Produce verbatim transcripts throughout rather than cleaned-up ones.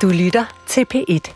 Du lytter til P et.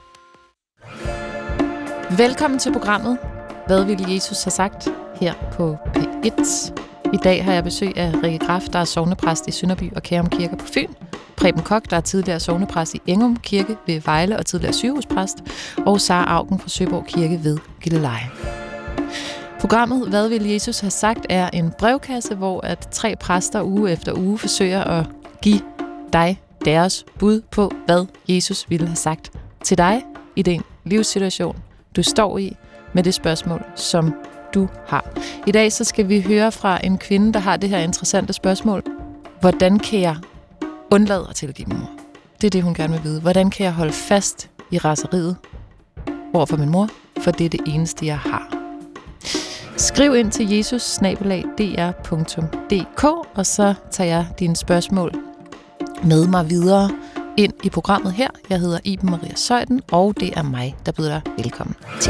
Velkommen til programmet Hvad ville Jesus have sagt? Her på P et. I dag har jeg besøg af Rikke Graf, der er sognepræst i Sønderby og Kærum Kirke på Fyn. Preben Koch, der er tidligere sognepræst i Engum Kirke ved Vejle og tidligere sygehuspræst. Og Sara Auken fra Søborg Kirke ved Gilleleje. Programmet Hvad ville Jesus have sagt? Er en brevkasse, hvor at tre præster uge efter uge forsøger at give dig deres bud på, hvad Jesus ville have sagt til dig i den livssituation, du står i, med det spørgsmål, som du har. I dag så skal vi høre fra en kvinde, der har det her interessante spørgsmål. Hvordan kan jeg undlade at tilgive min mor? Det er det, hun gerne vil vide. Hvordan kan jeg holde fast i raseriet over for min mor? For det er det eneste, jeg har. Skriv ind til jesus bindestreg d r punktum d k, og så tager jeg dine spørgsmål med mig videre ind i programmet her. Jeg hedder Iben Maria Zeuthen, og det er mig, der byder dig velkommen til.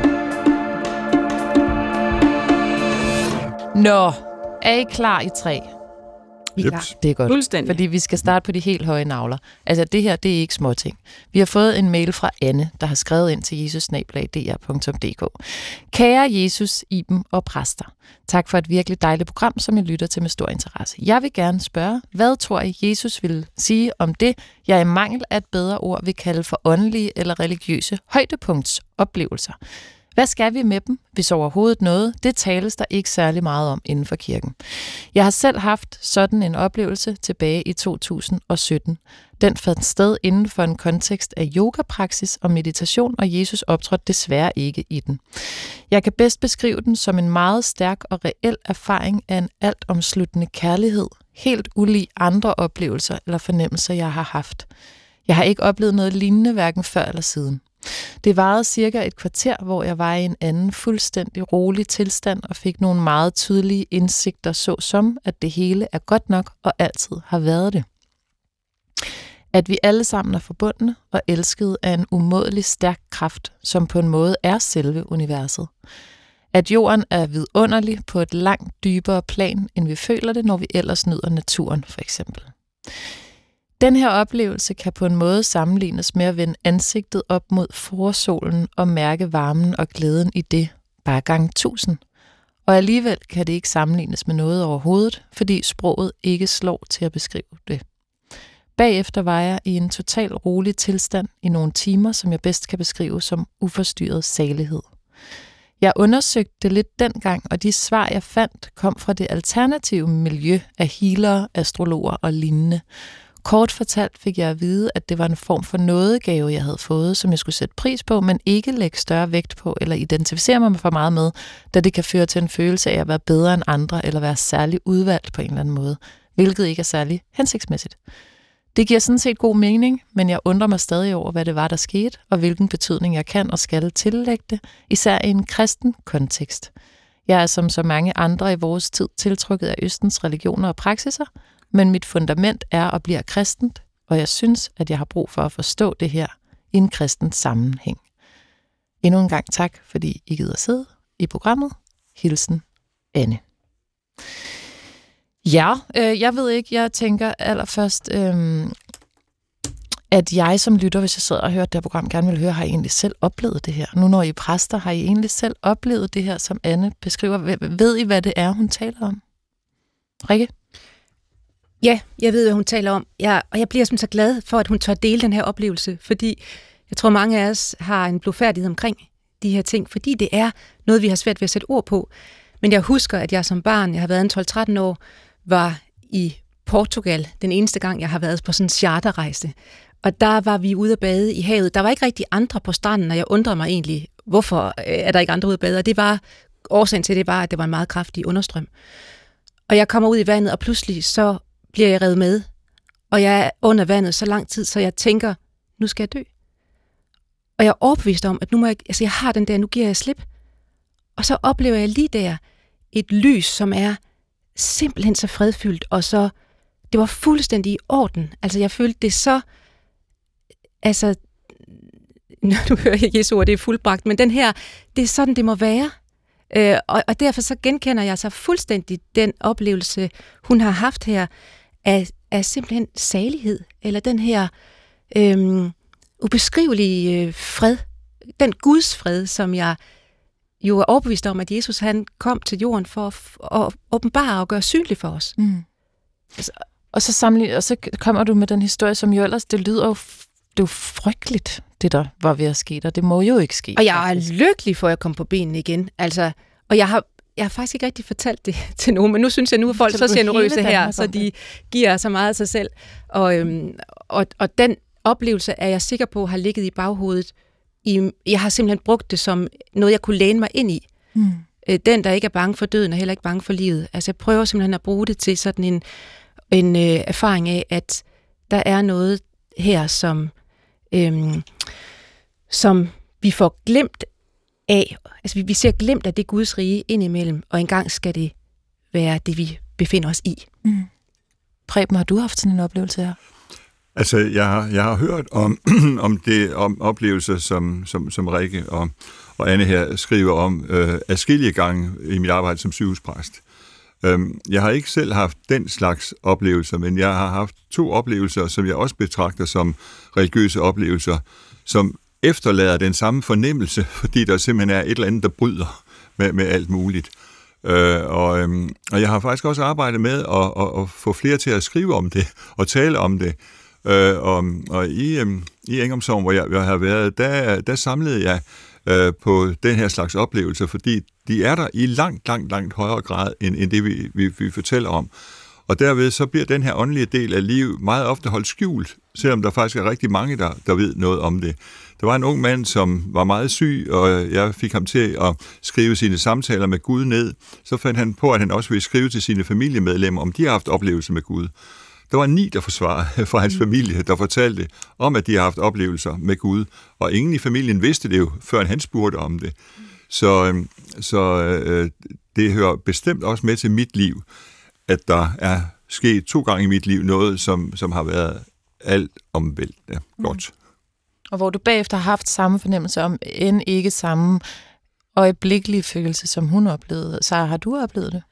Nå, er I klar i tre? Vi er klar. Det er godt, fuldstændig. Fordi vi skal starte på de helt høje nagler. Altså det her, det er ikke småting. Vi har fået en mail fra Anne, der har skrevet ind til jesus bindestreg d r punktum d k. Kære Jesus, Iben og præster. Tak for et virkelig dejligt program, som jeg lytter til med stor interesse. Jeg vil gerne spørge, hvad tror I, Jesus vil sige om det, jeg i mangel af et bedre ord vil kalde for åndelige eller religiøse højdepunktsoplevelser? Hvad skal vi med dem, hvis overhovedet noget? Det tales der ikke særlig meget om inden for kirken. Jeg har selv haft sådan en oplevelse tilbage i to tusind og sytten. Den fandt sted inden for en kontekst af yogapraksis og meditation, og Jesus optrådte desværre ikke i den. Jeg kan bedst beskrive den som en meget stærk og reel erfaring af en altomsluttende kærlighed, helt ulig andre oplevelser eller fornemmelser, jeg har haft. Jeg har ikke oplevet noget lignende hverken før eller siden. Det varede cirka et kvarter, hvor jeg var i en anden fuldstændig rolig tilstand og fik nogle meget tydelige indsigter, såsom at det hele er godt nok og altid har været det. At vi alle sammen er forbundne og elskede af en umådelig stærk kraft, som på en måde er selve universet. At jorden er vidunderlig på et langt dybere plan, end vi føler det, når vi ellers nyder naturen, for eksempel. Den her oplevelse kan på en måde sammenlignes med at vende ansigtet op mod forsolen og mærke varmen og glæden i det, bare gang tusind. Og alligevel kan det ikke sammenlignes med noget overhovedet, fordi sproget ikke slår til at beskrive det. Bagefter var jeg i en total rolig tilstand i nogle timer, som jeg bedst kan beskrive som uforstyrret salighed. Jeg undersøgte det lidt dengang, og de svar, jeg fandt, kom fra det alternative miljø af healere, astrologer og lignende. Kort fortalt fik jeg at vide, at det var en form for nådegave, jeg havde fået, som jeg skulle sætte pris på, men ikke lægge større vægt på eller identificere mig for meget med, da det kan føre til en følelse af at være bedre end andre eller være særlig udvalgt på en eller anden måde, hvilket ikke er særlig hensigtsmæssigt. Det giver sådan set god mening, men jeg undrer mig stadig over, hvad det var, der skete, og hvilken betydning jeg kan og skal tillægge det, især i en kristen kontekst. Jeg er som så mange andre i vores tid tiltrukket af Østens religioner og praksiser, men mit fundament er og bliver kristent, og jeg synes, at jeg har brug for at forstå det her i en kristen sammenhæng. Endnu en gang tak, fordi I gider sidde i programmet. Hilsen, Anne. Ja, øh, jeg ved ikke, jeg tænker allerførst, øh, at jeg som lytter, hvis jeg sidder og hører det her program, gerne vil høre, har I egentlig selv oplevet det her? Nu når I er præster, har I egentlig selv oplevet det her, som Anne beskriver? Ved I, hvad det er, hun taler om? Rikke? Ja, jeg ved, hvad hun taler om. Jeg, og jeg bliver simpelthen så glad for, at hun tør dele den her oplevelse, fordi jeg tror, mange af os har en blufærdighed omkring de her ting, fordi det er noget, vi har svært ved at sætte ord på. Men jeg husker, at jeg som barn, jeg har været tolv tretten år, var i Portugal den eneste gang, jeg har været på sådan en charterrejse. Og der var vi ude at bade i havet. Der var ikke rigtig andre på stranden, og jeg undrede mig egentlig, hvorfor er der ikke andre ude at bade? Og det var, årsagen til det var, at det var en meget kraftig understrøm. Og jeg kommer ud i vandet, og pludselig så bliver jeg revet med, og jeg er under vandet så lang tid, så jeg tænker, nu skal jeg dø. Og jeg er overbevist om, at nu må jeg, altså jeg har den der, nu giver jeg slip. Og så oplever jeg lige der et lys, som er simpelthen så fredfyldt, og så, det var fuldstændig i orden. Altså jeg følte det så, altså, nu hører jeg Jesu ord, det er fuldbragt, men den her, det er sådan, det må være. Øh, og, og derfor så genkender jeg så fuldstændig den oplevelse, hun har haft her, af, af simpelthen salighed, eller den her øhm, ubeskrivelige fred. Den Guds fred, som jeg jo er overbevist om, at Jesus han kom til jorden for at, at åbenbare og gøre synlig for os. Mm. Altså, og så sammenligner, og så kommer du med den historie, som jo ellers, det lyder jo, det er jo frygteligt, det der var ved at ske der. Det må jo ikke ske. Og jeg er lykkelig for, at jeg kom på benene igen. Altså, og jeg har, jeg har faktisk ikke rigtig fortalt det til nogen, men nu synes jeg nu, at folk så generøse her, så de giver så meget af sig selv. Og, øhm, og, og den oplevelse er jeg sikker på, har ligget i baghovedet. I, jeg har simpelthen brugt det som noget, jeg kunne læne mig ind i. Mm. Den, der ikke er bange for døden, er heller ikke bange for livet. Altså, jeg prøver simpelthen at bruge det til sådan en, en øh, erfaring af, at der er noget her, som, øhm, som vi får glemt af. Altså, vi, vi ser glemt af det Guds rige indimellem, og engang skal det være det, vi befinder os i. Mm. Preben, har du haft sådan en oplevelse her? Altså, jeg har, jeg har hørt om, om det om oplevelser, som, som, som Rikke og, og Anne her skriver om øh, adskillige gange i mit arbejde som sygehuspræst. Øhm, jeg har ikke selv haft den slags oplevelser, men jeg har haft to oplevelser, som jeg også betragter som religiøse oplevelser, som efterlader den samme fornemmelse, fordi der simpelthen er et eller andet, der bryder med, med alt muligt. Øh, og, øhm, og jeg har faktisk også arbejdet med at, at, at få flere til at skrive om det og tale om det. Øh, og, og i, øhm, i Engomsorgen, hvor jeg, jeg har været, der, der samlede jeg øh, på den her slags oplevelser, fordi de er der i langt, langt, langt højere grad, end, end det vi, vi, vi fortæller om. Og derved så bliver den her åndelige del af livet meget ofte holdt skjult, selvom der faktisk er rigtig mange, der, der ved noget om det. Der var en ung mand, som var meget syg, og jeg fik ham til at skrive sine samtaler med Gud ned. Så fandt han på, at han også ville skrive til sine familiemedlemmer, om de har haft oplevelser med Gud. Der var ni, der forsvarede fra hans familie, der fortalte om, at de har haft oplevelser med Gud. Og ingen i familien vidste det jo, før han spurgte om det. Så, så øh, det hører bestemt også med til mit liv, at der er sket to gange i mit liv noget, som, som har været alt omvæltende godt. Og hvor du bagefter har haft samme fornemmelse om, end ikke samme øjeblikkelige følelse, som hun oplevede. Så har du oplevet det?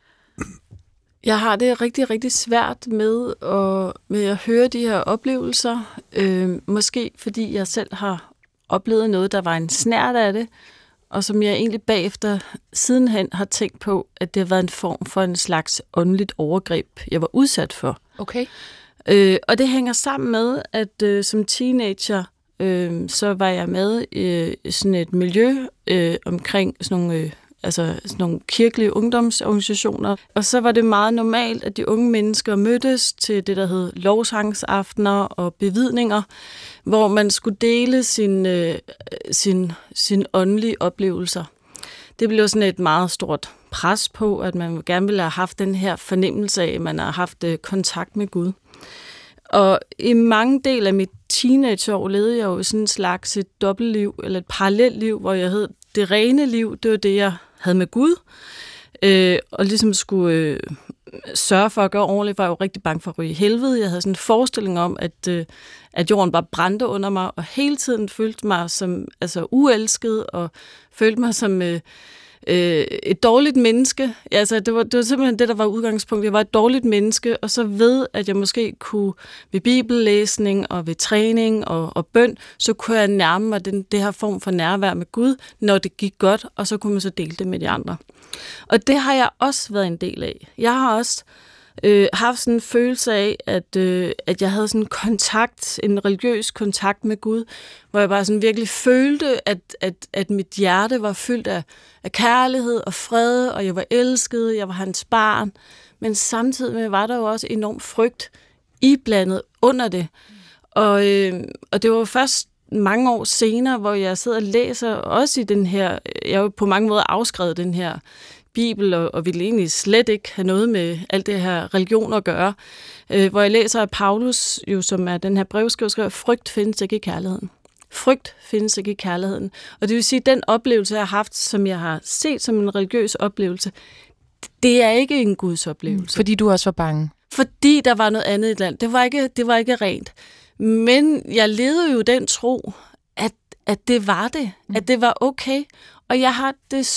Jeg har det rigtig, rigtig svært med at, med at høre de her oplevelser. Øh, måske fordi jeg selv har oplevet noget, der var en snert af det, og som jeg egentlig bagefter sidenhen har tænkt på, at det har været en form for en slags åndeligt overgreb, jeg var udsat for. Okay. Øh, og det hænger sammen med, at øh, som teenager, øh, så var jeg med i øh, sådan et miljø øh, omkring sådan nogle... Øh, altså sådan nogle kirkelige ungdomsorganisationer. Og så var det meget normalt, at de unge mennesker mødtes til det, der hed lovsangsaftener og bevidninger, hvor man skulle dele sin, øh, sin, sin åndelige oplevelser. Det blev sådan et meget stort pres på, at man gerne ville have haft den her fornemmelse af, at man har haft øh, kontakt med Gud. Og i mange dele af mit teenageår levede jeg jo sådan en slags et dobbeltliv, eller et parallelliv, hvor jeg hed det rene liv, det var det, jeg havde med Gud, øh, og ligesom skulle øh, sørge for at gøre ordentligt, var jeg jo rigtig bange for at ryge i helvede. Jeg havde sådan en forestilling om, at, øh, at jorden bare brændte under mig, og hele tiden følte mig som altså, uelsket, og følte mig som øh, øh, et dårligt menneske. Altså, det var, det var simpelthen det, der var udgangspunktet. Jeg var et dårligt menneske, og så ved, at jeg måske kunne ved bibellæsning og ved træning og, og bøn, så kunne jeg nærme mig den, det her form for nærvær med Gud, når det gik godt, og så kunne man så dele det med de andre. Og det har jeg også været en del af. Jeg har også øh, haft sådan en følelse af, at, øh, at jeg havde sådan en kontakt, en religiøs kontakt med Gud, hvor jeg bare sådan virkelig følte, at, at, at mit hjerte var fyldt af, af kærlighed og fred, og jeg var elsket, jeg var hans barn. Men samtidig med var der jo også enorm frygt iblandet under det. Og, øh, og det var først mange år senere, hvor jeg sidder og læser også i den her, jeg er jo på mange måder afskrevet den her Bibel, og, og ville egentlig slet ikke have noget med alt det her religion at gøre, øh, hvor jeg læser af Paulus, jo, som er den her brevskriver, skriver, frygt findes ikke i kærligheden. Frygt findes ikke i kærligheden. Og det vil sige, at den oplevelse, jeg har haft, som jeg har set som en religiøs oplevelse, det er ikke en Guds oplevelse. Fordi du også var bange? Fordi der var noget andet i et land. Det var ikke, det var ikke rent. Men jeg levede jo den tro, at, at det var det. Mm. At det var okay. Og jeg har det så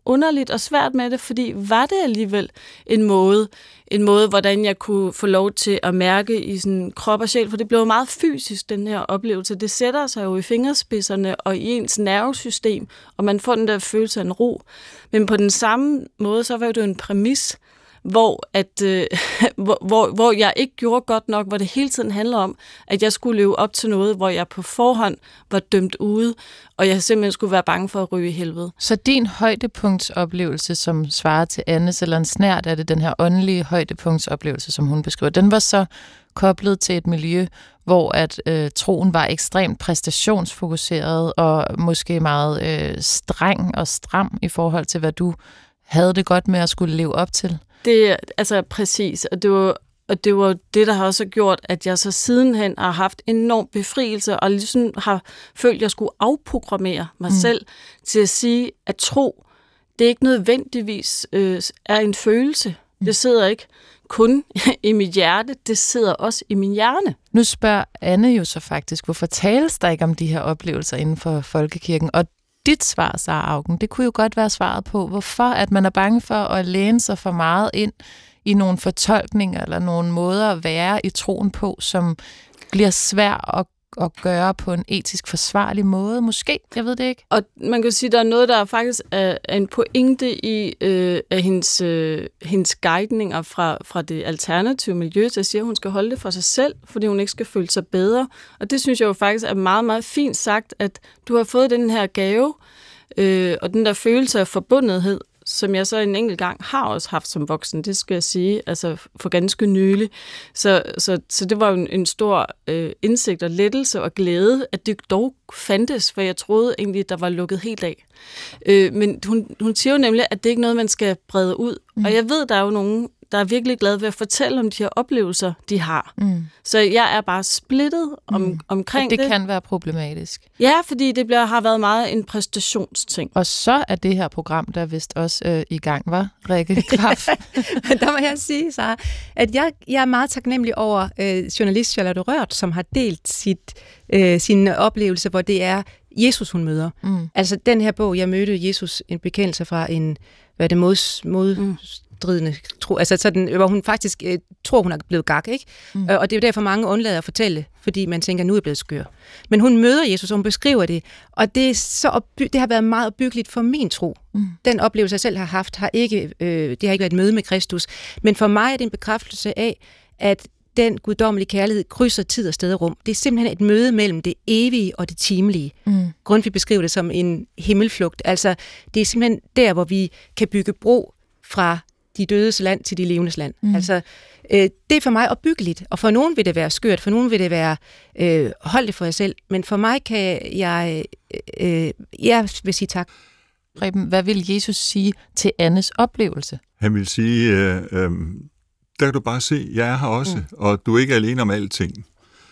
underligt og svært med det, fordi var det alligevel en måde, en måde, hvordan jeg kunne få lov til at mærke i sådan krop og sjæl, for det blev meget fysisk, den her oplevelse. Det sætter sig jo i fingerspidserne og i ens nervesystem, og man får den der følelse af en ro. Men på den samme måde, så var det jo en præmis, hvor, at, øh, hvor, hvor, hvor jeg ikke gjorde godt nok, hvor det hele tiden handler om, at jeg skulle leve op til noget, hvor jeg på forhånd var dømt ude, og jeg simpelthen skulle være bange for at ryge i helvede. Så din højdepunktsoplevelse, som svarer til Annes, eller en snært af det, den her åndelige højdepunktsoplevelse, som hun beskriver, den var så koblet til et miljø, hvor at øh, troen var ekstremt præstationsfokuseret, og måske meget øh, streng og stram i forhold til, hvad du havde det godt med at skulle leve op til. Det er altså præcis, og det var og det var det, der har også gjort, at jeg så sidenhen har haft enorm befrielse, og ligesom har følt, at jeg skulle afprogrammere mig mm. selv til at sige, at tro, det er ikke nødvendigvis øh, er en følelse. Mm. Det sidder ikke kun i mit hjerte, det sidder også i min hjerne. Nu spørger Anne jo så faktisk, hvorfor tales der ikke om de her oplevelser inden for folkekirken? Og dit svar, Sara Auken, det kunne jo godt være svaret på, hvorfor at man er bange for at læne sig for meget ind i nogle fortolkninger eller nogle måder at være i troen på, som bliver svær at, at gøre på en etisk forsvarlig måde, måske. Jeg ved det ikke. Og man kan sige, at der er noget, der faktisk er en pointe i øh, af hendes, øh, hendes guidninger fra, fra det alternative miljø, der siger, at hun skal holde det for sig selv, fordi hun ikke skal føle sig bedre. Og det synes jeg jo faktisk er meget, meget fint sagt, at du har fået den her gave, øh, og den der følelse af forbundethed, som jeg så en enkelt gang har også haft som voksen, det skal jeg sige, altså for ganske nylig. Så, så, så det var jo en, en stor øh, indsigt og lettelse og glæde, at det dog fandtes, for jeg troede egentlig, der var lukket helt af. Øh, men hun, hun siger jo nemlig, at det ikke er noget, man skal brede ud. Mm. Og jeg ved, der er jo nogen, der er virkelig glade ved at fortælle om de her oplevelser, de har. Mm. Så jeg er bare splittet om, mm. omkring det. det. Det kan være problematisk. Ja, fordi det bliver, har været meget en præstationsting. Og så er det her program, der vist også øh, i gang, var Rikke Graf. Der må jeg sige, Sara, at jeg, jeg er meget taknemmelig over øh, journalist Charlotte Rørt, som har delt sit, øh, sin oplevelse, hvor det er Jesus, hun møder. Mm. Altså den her bog, jeg mødte Jesus, en bekendelse fra en, hvad er det, mod, mod mm. stridende tro, altså sådan, hvor hun faktisk øh, tror, hun er blevet gak, ikke? Mm. Øh, og det er jo derfor, mange undlader at fortælle, fordi man tænker, nu er jeg blevet skør. Men hun møder Jesus, og hun beskriver det, og det, er så opby- det har været meget opbyggeligt for min tro. Mm. Den oplevelse, jeg selv har haft, har ikke, øh, det har ikke været et møde med Kristus, men for mig er det en bekræftelse af, at den guddommelige kærlighed krydser tid og sted og rum. Det er simpelthen et møde mellem det evige og det timelige. Mm. Grundtvig beskriver det som en himmelflugt. Altså, det er simpelthen der, hvor vi kan bygge bro fra de dødes land til de levendes land. Mm. Altså, øh, det er for mig opbyggeligt, og for nogen vil det være skørt, for nogen vil det være, øh, hold det for jer selv, men for mig kan jeg, øh, jeg vil sige tak. Preben, hvad vil Jesus sige til Annes oplevelse? Han vil sige, øh, øh, der kan du bare se, jeg er her også, mm. og du er ikke alene om alting.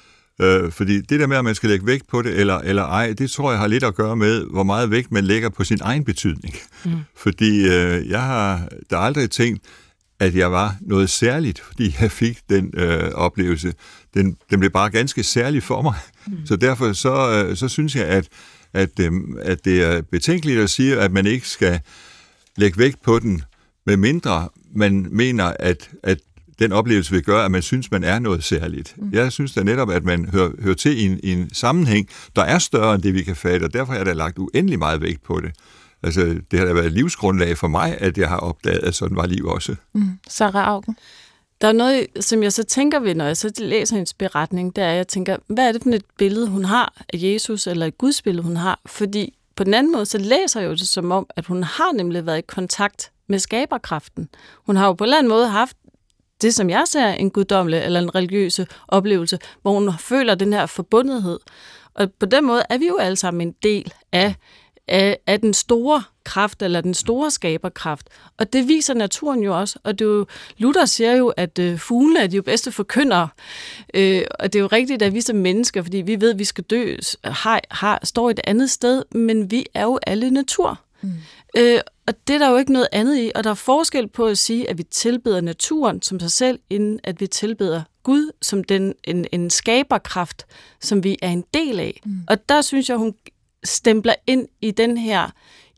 Øh, fordi det der med, at man skal lægge vægt på det, eller, eller ej, det tror jeg har lidt at gøre med, hvor meget vægt man lægger på sin egen betydning. Mm. Fordi øh, jeg har der aldrig tænkt, at jeg var noget særligt, fordi jeg fik den øh, oplevelse. Den, den blev bare ganske særlig for mig. Mm. Så derfor så, øh, så synes jeg, at, at, øh, at det er betænkeligt at sige, at man ikke skal lægge vægt på den, med mindre man mener, at, at den oplevelse vil gøre, at man synes, man er noget særligt. Mm. Jeg synes da netop, at man hører, hører til i en, i en sammenhæng, der er større end det, vi kan fatte, og derfor har jeg da lagt uendelig meget vægt på det. Altså, det har da været livsgrundlag for mig, at jeg har opdaget, at sådan var liv også. Mm. Sara Auken? Der er noget, som jeg så tænker ved, når jeg så læser hendes beretning, det er, at jeg tænker, hvad er det for et billede, hun har af Jesus, eller et Guds billede, hun har? Fordi på den anden måde, så læser jeg jo det som om, at hun har nemlig været i kontakt med skaberkraften. Hun har jo på en eller anden måde haft det, som jeg ser, en guddommelig eller en religiøse oplevelse, hvor hun føler den her forbundethed. Og på den måde er vi jo alle sammen en del af, af, af den store kraft, eller den store skaberkraft. Og det viser naturen jo også. Og det er jo, Luther siger jo, at øh, fuglene er de jo bedste forkyndere. Øh, og det er jo rigtigt, at vi som mennesker, fordi vi ved, at vi skal dø, har, har, står et andet sted, men vi er jo alle natur. Mm. Øh, og det er der jo ikke noget andet i, og der er forskel på at sige, at vi tilbeder naturen som sig selv, inden at vi tilbeder Gud som den, en, en skaberkraft, som vi er en del af. Mm. Og der synes jeg, hun stempler ind i den her,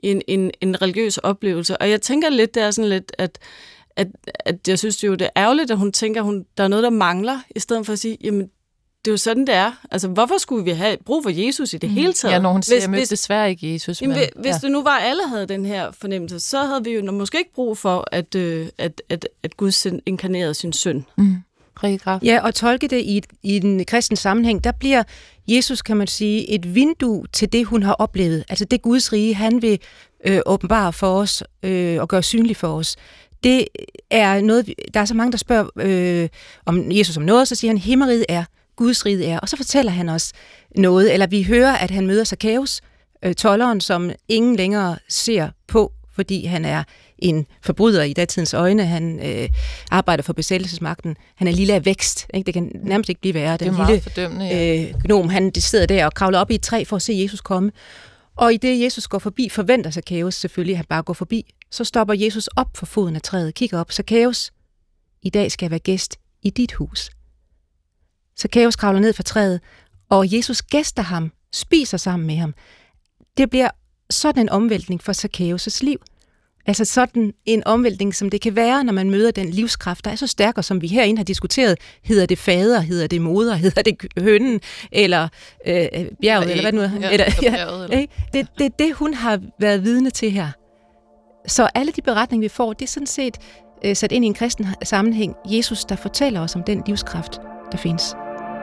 en, en, en religiøs oplevelse. Og jeg tænker lidt, det er sådan lidt, at, at, at jeg synes det jo, det er ærgerligt, at hun tænker, at hun, der er noget, der mangler, i stedet for at sige, jamen, det er jo sådan, det er. Altså, hvorfor skulle vi have brug for Jesus i det mm. hele taget? Ja, når hun siger, hvis, jeg mødte hvis, desværre ikke Jesus. Jamen, men, hvis ja. det nu var, at alle havde den her fornemmelse, så havde vi jo måske ikke brug for, at, øh, at, at, at Gud inkarnerede sin søn. Mm. Ja, og tolke det i, i den kristne sammenhæng, der bliver Jesus, kan man sige, et vindue til det, hun har oplevet. Altså det Guds rige, han vil øh, åbenbare for os øh, og gøre synligt for os. Det er noget, der er så mange, der spørger øh, om Jesus om noget, så siger han, himmeriget er, Guds rige er. Og så fortæller han os noget, eller vi hører, at han møder Zakæus, øh, tolderen, som ingen længere ser på, fordi han er en forbryder i datidens øjne. Han øh, arbejder for besættelsesmagten. Han er lille af vækst. Ikke? Det kan nærmest ikke blive værre. Den det er lille fordømmende, ja. øh, gnom, han de sidder der og kravler op i et træ for at se Jesus komme. Og i det Jesus går forbi, forventer Zakæus selvfølgelig, at han bare går forbi. Så stopper Jesus op for foden af træet, kigger op. Zakæus, i dag skal jeg være gæst i dit hus. Zakæus kravler ned fra træet, og Jesus gæster ham, spiser sammen med ham. Det bliver sådan en omvæltning for Zakæus' liv. Altså sådan en omvæltning, som det kan være, når man møder den livskraft, der er så stærk, og som vi herinde har diskuteret. Hedder det fader, hedder det moder, hedder det hønnen, eller øh, bjerget, eller hvad det nu er. Ja, eller, bjerget, ja, det er det, det, hun har været vidne til her. Så alle de beretninger, vi får, det er sådan set øh, sat ind i en kristen sammenhæng. Jesus, der fortæller os om den livskraft, der findes.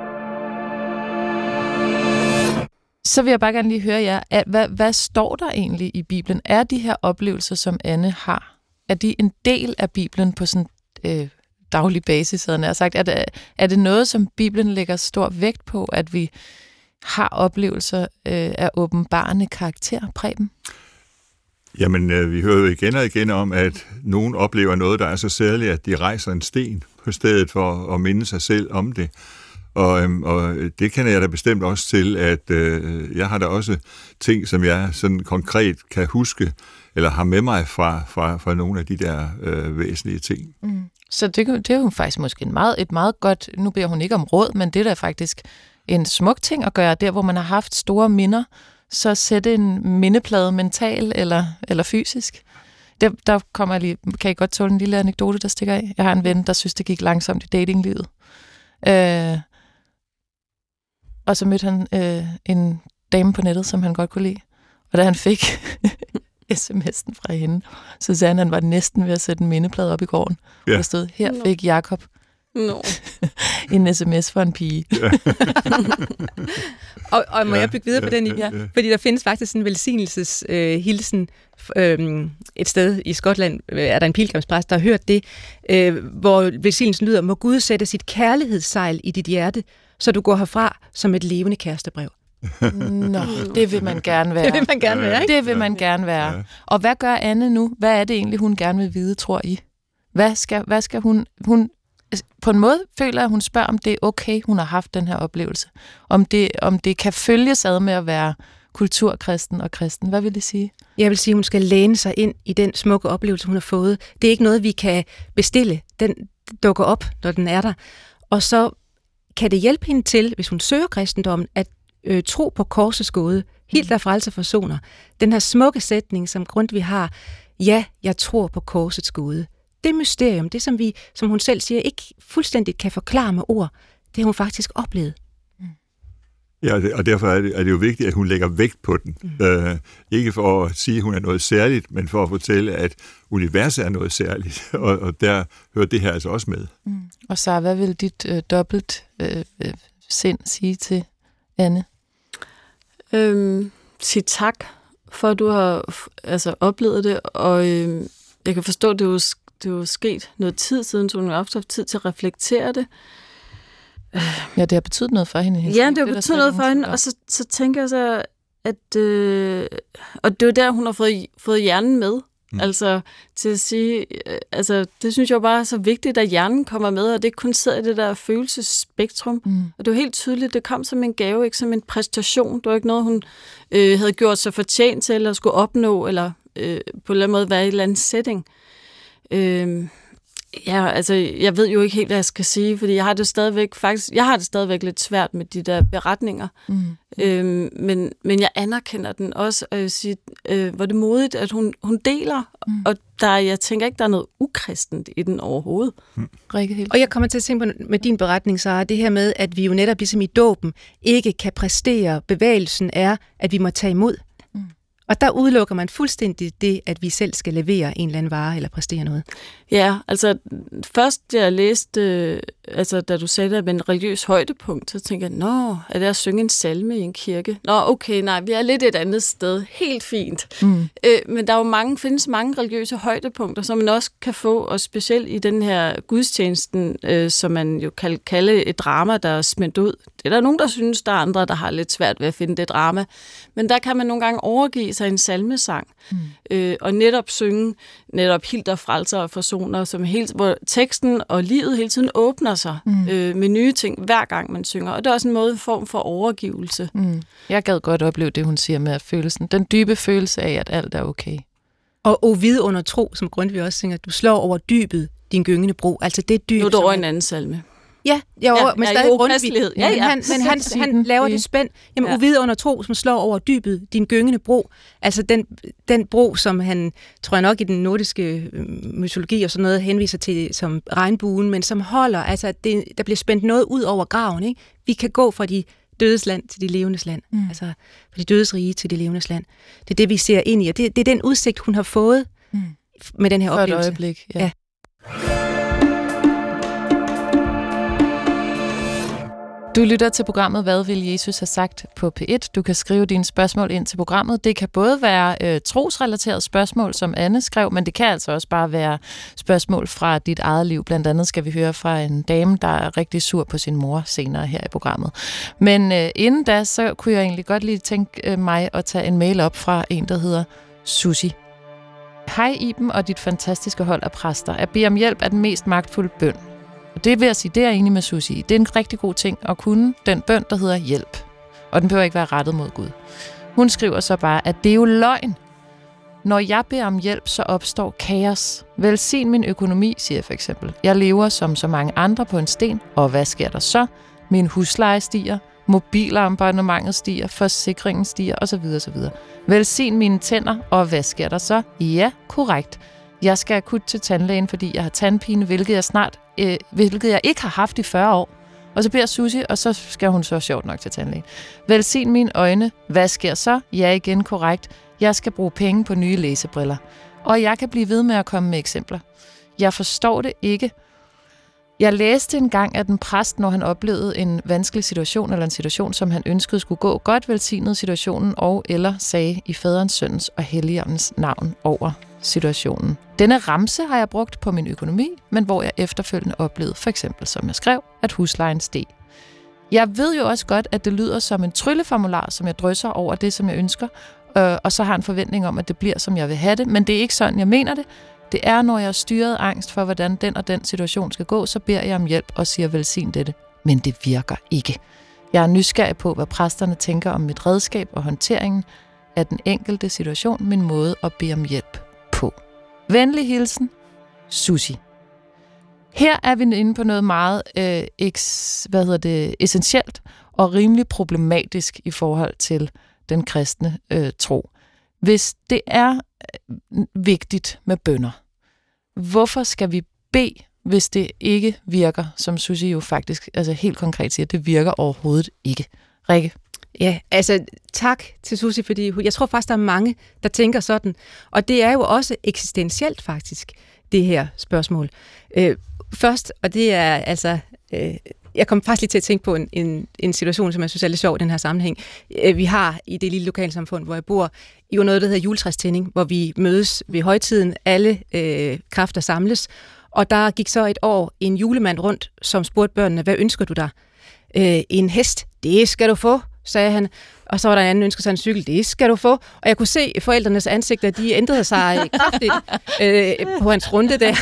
Så vil jeg bare gerne lige høre jer, at, hvad, hvad står der egentlig i Bibelen? Er de her oplevelser, som Anne har, er de en del af Bibelen på sådan øh, daglig basis, havde jeg sagt? Er det, er det noget, som Bibelen lægger stor vægt på, at vi har oplevelser øh, af åbenbarende karakter, Preben? Jamen, øh, vi hører jo igen og igen om, at nogen oplever noget, der er så særligt, at de rejser en sten på stedet for at minde sig selv om det. Og, øhm, og det kender jeg da bestemt også til, at øh, jeg har da også ting, som jeg sådan konkret kan huske, eller har med mig fra, fra, fra nogle af de der øh, væsentlige ting. Mm. Så det, det er jo faktisk måske en meget, et meget godt, nu beder hun ikke om råd, men det er da faktisk en smuk ting at gøre, der hvor man har haft store minder, så sætte en mindeplade mental eller, eller fysisk. Der, der kommer jeg lige, kan I godt tåle en lille anekdote, der stikker af? Jeg har en ven, der synes, det gik langsomt i datinglivet. Øh, Og så mødte han øh, en dame på nettet, som han godt kunne lide. Og da han fik sms'en fra hende, så sagde han, at han var næsten ved at sætte en mindeplade op i gården. Ja. Der stod, her fik Jakob no. en sms for en pige. Ja. og, og må ja, jeg bygge videre ja, på den? Ja. Fordi der findes faktisk en velsignelseshilsen øh, et sted i Skotland, er der en pilgrimspræst, der har hørt det, øh, hvor velsignelsen lyder, må Gud sætte sit kærlighedssejl i dit hjerte, så du går herfra som et levende kærestebrev. Nå, det vil man gerne være. Det vil man gerne være, ikke? Det vil man gerne være. Ja. Og hvad gør Anne nu? Hvad er det egentlig, hun gerne vil vide, tror I? Hvad skal, hvad skal hun... hun på en måde føler jeg, at hun spørger, om det er okay, hun har haft den her oplevelse. Om det, om det kan følges ad med at være kulturkristen og kristen. Hvad vil det sige? Jeg vil sige, at hun skal læne sig ind i den smukke oplevelse, hun har fået. Det er ikke noget, vi kan bestille. Den dukker op, når den er der. Og så kan det hjælpe hende til, hvis hun søger kristendommen, at øh, tro på korsets gåde, helt der frelser forsoner. Den her smukke sætning, som Grundtvig har, ja, jeg tror på korsets gåde. Det mysterium, det som vi, som hun selv siger, ikke fuldstændigt kan forklare med ord, det har hun faktisk oplevet. Ja, og derfor er det, er det jo vigtigt, at hun lægger vægt på den. Mm. Øh, ikke for at sige, at hun er noget særligt, men for at fortælle, at universet er noget særligt. Og, og der hører det her altså også med. Mm. Og så hvad vil dit øh, dobbelt øh, øh, sind sige til Anne? Øhm, sig tak for, at du har altså, oplevet det, og øh, jeg kan forstå, at det er jo, det er jo sket noget tid siden, så hun har haft tid til at reflektere det. Ja, det har betydet noget for hende. Ja, det har det betydet noget for hende, og så, så tænker jeg så, at øh, og det er jo der, hun har fået, fået hjernen med. Mm. Altså til at sige, altså det synes jeg jo bare er så vigtigt, at hjernen kommer med, og det ikke kun sidder i det der følelsesspektrum. Mm. Og det er jo helt tydeligt, det kom som en gave, ikke som en præstation. Det var ikke noget, hun øh, havde gjort sig fortjent til, eller skulle opnå, eller øh, på en eller anden måde være i en eller anden setting. Øh, Ja, altså, jeg ved jo ikke helt, hvad jeg skal sige, fordi jeg har det stadigvæk faktisk, jeg har det stadigvæk lidt svært med de der beretninger. Mm. Øhm, men, men jeg anerkender den også, og jeg siger, øh, hvor det er modigt, at hun, hun deler, mm. og der, jeg tænker ikke, der er noget ukristent i den overhovedet. Mm. Rikke, helt. Og jeg kommer til at tænke på med din beretning, så er det her med, at vi jo netop ligesom i dåben ikke kan præstere. Bevægelsen er, at vi må tage imod. Mm. Og der udelukker man fuldstændig det, at vi selv skal levere en eller anden vare eller præstere noget. Ja, altså først jeg læste, øh, altså da du sagde det med en religiøs højdepunkt, så tænkte jeg, nå, er det at synge en salme i en kirke? Nå, okay, nej, vi er lidt et andet sted. Helt fint. Mm. Øh, men der er jo mange, findes mange religiøse højdepunkter, som man også kan få, og specielt i den her gudstjenesten, øh, som man jo kan kalde et drama, der er smændt ud. Det er der nogen, der synes, der er andre, der har lidt svært ved at finde det drama. Men der kan man nogle gange overgive sig en salmesang, mm. øh, og netop synge netop Hilder, frelser og forsoner, som helt, hvor teksten og livet hele tiden åbner sig mm. øh, med nye ting, hver gang man synger. Og det er også en måde, en form for overgivelse. Mm. Jeg gad godt opleve det, hun siger med følelsen. Den dybe følelse af, at alt er okay. Og o vid under tro, som Grundtvig også synger, du slår over dybet din gyngende bro. Altså det dyb. Nu er det over en anden salme. Ja, jeg over, ja, men stadig Grundtvig. Ja, ja. Men han, men han, han laver det spænd. Jamen, ja. Uvid under tro, som slår over dybet, din gyngende bro. Altså den, den bro, som han, tror jeg nok i den nordiske mytologi og sådan noget, henviser til som regnbuen, men som holder, altså det, der bliver spændt noget ud over graven. Ikke? Vi kan gå fra de dødes land til de levendes land. Mm. Altså fra de dødes rige til de levendes land. Det er det, vi ser ind i, og det, det er den udsigt, hun har fået mm. med den her for oplevelse. Et øjeblik, ja. ja. Du lytter til programmet Hvad vil Jesus have sagt på P et. Du kan skrive dine spørgsmål ind til programmet. Det kan både være øh, trosrelaterede spørgsmål, som Anne skrev, men det kan altså også bare være spørgsmål fra dit eget liv. Blandt andet skal vi høre fra en dame, der er rigtig sur på sin mor senere her i programmet. Men øh, inden da, så kunne jeg egentlig godt lige tænke øh, mig at tage en mail op fra en, der hedder Susi. Hej Iben og dit fantastiske hold af præster. At bede om hjælp er den mest magtfulde bøn. Og det vil jeg sige, det er jeg enig med Susie i. Det er en rigtig god ting at kunne den bøn, der hedder hjælp. Og den behøver ikke være rettet mod Gud. Hun skriver så bare, at det er jo løgn. Når jeg beder om hjælp, så opstår kaos. Velsign min økonomi, siger jeg for eksempel. Jeg lever som så mange andre på en sten, og hvad sker der så? Min husleje stiger, mobilabonnementet stiger, forsikringen stiger osv. osv. Velsign mine tænder, og hvad sker der så? Ja, korrekt. Jeg skal akut til tandlægen, fordi jeg har tandpine, hvilket jeg snart, øh, hvilket jeg ikke har haft i fyrre år. Og så beder Susie, og så skal hun så sjovt nok til tandlægen. Velsign mine øjne. Hvad sker så? Ja, igen korrekt. Jeg skal bruge penge på nye læsebriller. Og jeg kan blive ved med at komme med eksempler. Jeg forstår det ikke. Jeg læste engang, at en præst, når han oplevede en vanskelig situation, eller en situation, som han ønskede skulle gå godt, velsignede situationen og eller sagde i faderens, søndens og helligåndens navn over situationen. Denne ramse har jeg brugt på min økonomi, men hvor jeg efterfølgende oplevede, for eksempel som jeg skrev, at huslejen steg. Jeg ved jo også godt, at det lyder som en trylleformular, som jeg drysser over det, som jeg ønsker, øh, og så har en forventning om, at det bliver, som jeg vil have det, men det er ikke sådan, jeg mener det. Det er, når jeg er styret angst for, hvordan den og den situation skal gå, så beder jeg om hjælp og siger velsign dette. Men det virker ikke. Jeg er nysgerrig på, hvad præsterne tænker om mit redskab og håndteringen af den enkelte situation, min måde at bede om hjælp på. Venlig hilsen, Susie. Her er vi inde på noget meget øh, eks, hvad hedder det, essentielt og rimelig problematisk i forhold til den kristne øh, tro. Hvis det er vigtigt med bønner, hvorfor skal vi bede, hvis det ikke virker, som Susie jo faktisk altså helt konkret siger, det virker overhovedet ikke. Rikke? Ja, altså tak til Susie, fordi jeg tror faktisk, der er mange, der tænker sådan, og det er jo også eksistentielt faktisk, det her spørgsmål. Øh, først, og det er altså... Øh, Jeg kom faktisk lige til at tænke på en, en, en situation, som jeg synes er lidt sjov i den her sammenhæng. Vi har i det lille lokalsamfund, hvor jeg bor, jo noget, der hedder juletræstænding, hvor vi mødes ved højtiden, alle øh, kræfter samles. Og der gik så et år en julemand rundt, som spurgte børnene, hvad ønsker du dig? Øh, en hest, det skal du få, sagde han. Og så var der en anden, ønsker sig en cykel, det skal du få. Og jeg kunne se forældrenes ansigter, de ændrede sig kraftigt øh, på hans runde der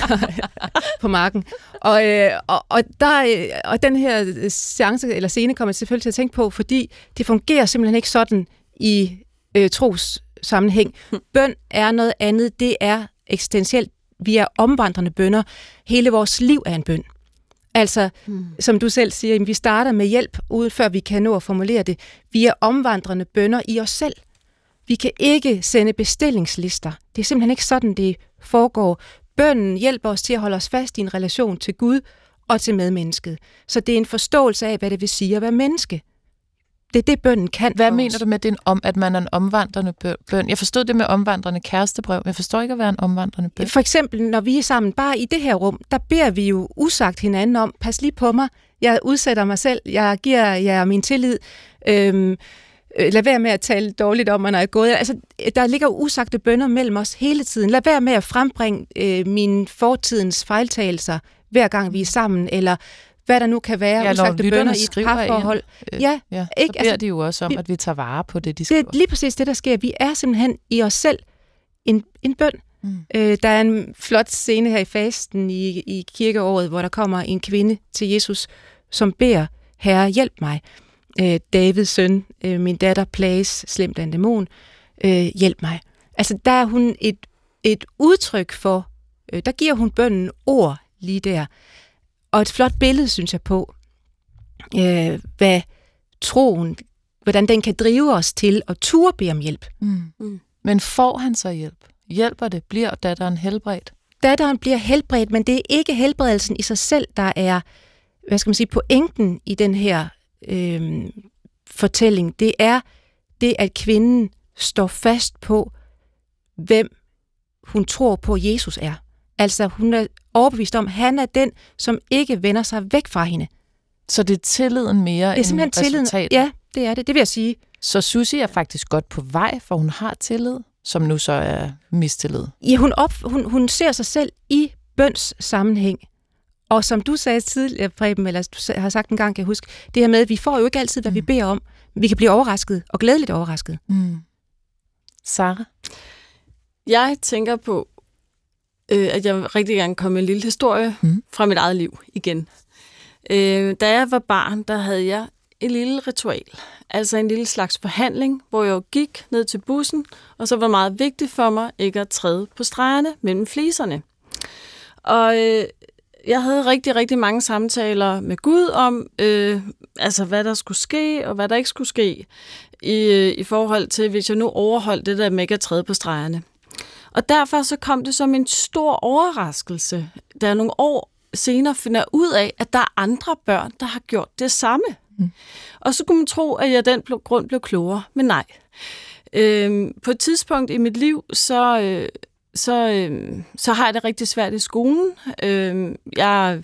på marken. Og, øh, og, og, der, og den her seance, eller scene kommer jeg selvfølgelig til at tænke på, fordi det fungerer simpelthen ikke sådan i øh, tros sammenhæng. Bøn er noget andet, det er eksistentielt vi er omvandrende bønner. Hele vores liv er en bøn. Altså, hmm. som du selv siger, vi starter med hjælp, ude før vi kan nå at formulere det. Vi er omvandrende bønner i os selv. Vi kan ikke sende bestillingslister. Det er simpelthen ikke sådan, det foregår. Bønnen hjælper os til at holde os fast i en relation til Gud og til medmennesket. Så det er en forståelse af, hvad det vil sige at være menneske. Det er det, bønnen kan. Hvad mener du med det, om, at man er en omvandrende bøn? Jeg forstod det med omvandrende kærestebrev, men jeg forstår ikke at være en omvandrende bøn. For eksempel, når vi er sammen, bare i det her rum, der beder vi jo usagt hinanden om, pas lige på mig, jeg udsætter mig selv, jeg giver jer min tillid, øhm, lad være med at tale dårligt om mig, når jeg er gået. Altså, der ligger usagte bønner mellem os hele tiden. Lad være med at frembringe øh, mine fortidens fejltagelser, hver gang vi er sammen, eller hvad der nu kan være, ja, usagte bønner i et parforhold. Øh, ja, ja, ikke? Så beder altså, de jo også om, vi, at vi tager vare på det, de skriver. Det er lige præcis det, der sker. Vi er simpelthen i os selv en, en bøn. Mm. Øh, der er en flot scene her i fasten i, i kirkeåret, hvor der kommer en kvinde til Jesus, som beder, Herre, hjælp mig. Øh, Davids søn, øh, min datter plages slemt af en dæmon, øh, hjælp mig. Altså, der er hun et, et udtryk for, øh, der giver hun bønnen ord lige der. Og et flot billede, synes jeg, på, øh, hvad troen, hvordan den kan drive os til at turde bede om hjælp. Mm. Mm. Men får han så hjælp? Hjælper det? Bliver datteren helbredt? Datteren bliver helbredt, men det er ikke helbredelsen i sig selv, der er, hvad skal man sige, pointen i den her øh, fortælling. Det er det, at kvinden står fast på, hvem hun tror på, Jesus er. Altså, hun er overbevist om, at han er den, som ikke vender sig væk fra hende. Så det er tilliden mere det er end resultatet? Ja, det er det. Det vil jeg sige. Så Susie er faktisk godt på vej, for hun har tillid, som nu så er mistillid? Ja, hun, op, hun, hun ser sig selv i bøns sammenhæng. Og som du sagde tidligere, Preben, eller du har sagt en gang, kan jeg huske, det her med, at vi får jo ikke altid, hvad mm. vi beder om. Vi kan blive overrasket, og glædeligt overrasket. Mm. Sara? Jeg tænker på, øh, at jeg vil rigtig gerne komme med en lille historie mm. fra mit eget liv igen. Øh, da jeg var barn, der havde jeg et lille ritual. Altså en lille slags forhandling, hvor jeg gik ned til bussen, og så var det meget vigtigt for mig ikke at træde på stregerne mellem fliserne. Og øh, jeg havde rigtig, rigtig mange samtaler med Gud om, øh, altså hvad der skulle ske, og hvad der ikke skulle ske, i, øh, i forhold til, hvis jeg nu overholdt det der med ikke at træde på stregerne. Og derfor så kom det som en stor overraskelse, da jeg nogle år senere finder ud af, at der er andre børn, der har gjort det samme. Mm. Og så kunne man tro, at jeg af den grund blev klogere, men nej. Øhm, på et tidspunkt i mit liv, så, øh, så, øh, så har jeg det rigtig svært i skolen. Øh, jeg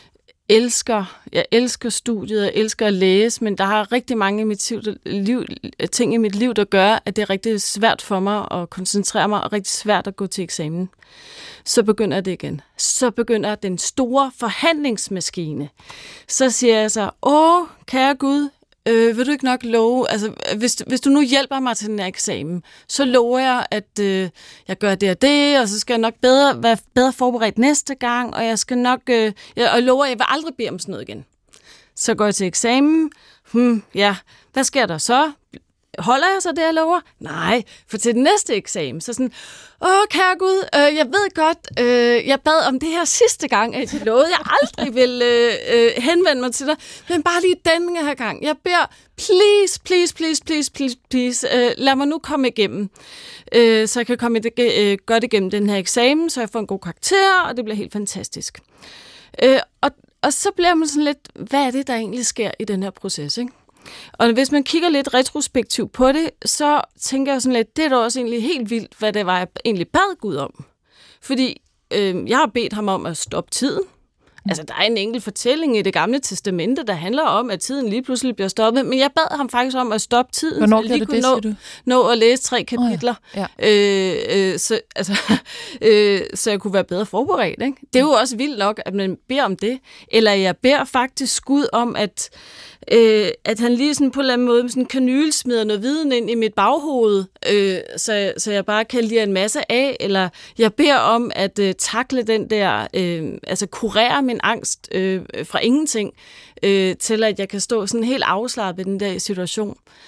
elsker, jeg elsker studiet, jeg elsker at læse, men der er rigtig mange i mit liv, ting i mit liv, der gør, at det er rigtig svært for mig at koncentrere mig, og rigtig svært at gå til eksamen. Så begynder det igen. Så begynder den store forhandlingsmaskine. Så siger jeg så, åh, kære Gud, øh, vil du ikke nok love, altså hvis, hvis du nu hjælper mig til den her eksamen, så lover jeg, at øh, jeg gør det og det, og så skal jeg nok bedre, være bedre forberedt næste gang, og jeg skal nok, øh, jeg, og lover, at jeg vil aldrig bede om sådan noget igen. Så går jeg til eksamen, hmm, ja, hvad sker der så? Holder jeg så det, jeg lover? Nej, for til den næste eksamen, så sådan, åh, kære Gud, øh, jeg ved godt, øh, jeg bad om det her sidste gang, at jeg lovede, jeg aldrig vil øh, øh, henvende mig til dig, men bare lige denne her gang. Jeg beder, please, please, please, please, please, please, øh, lad mig nu komme igennem, øh, så jeg kan komme øh, godt igennem den her eksamen, så jeg får en god karakter, og det bliver helt fantastisk. Øh, og, og så bliver man sådan lidt, hvad er det, der egentlig sker i den her proces, ikke? Og hvis man kigger lidt retrospektivt på det, så tænker jeg sådan lidt, det er da også egentlig helt vildt, hvad det var, jeg egentlig bad Gud om. Fordi øh, jeg har bedt ham om at stoppe tiden. Altså, der er en enkelt fortælling i Det Gamle Testamente, der handler om, at tiden lige pludselig bliver stoppet. Men jeg bad ham faktisk om at stoppe tiden, Hvornår så jeg lige kunne det, nå, du? nå at læse tre kapitler. Oh, ja. Ja. Øh, øh, så, altså, øh, så jeg kunne være bedre forberedt. Ikke? Det er jo også vildt nok, at man beder om det. Eller jeg beder faktisk Gud om, at, øh, at han lige sådan på en eller anden måde sådan kanyle smider noget viden ind i mit baghoved, øh, så, så jeg bare kan lide en masse af. Eller jeg beder om at øh, takle den der, øh, altså kurere min angst øh, fra ingenting, øh, til at jeg kan stå sådan helt afslappet i den der situation.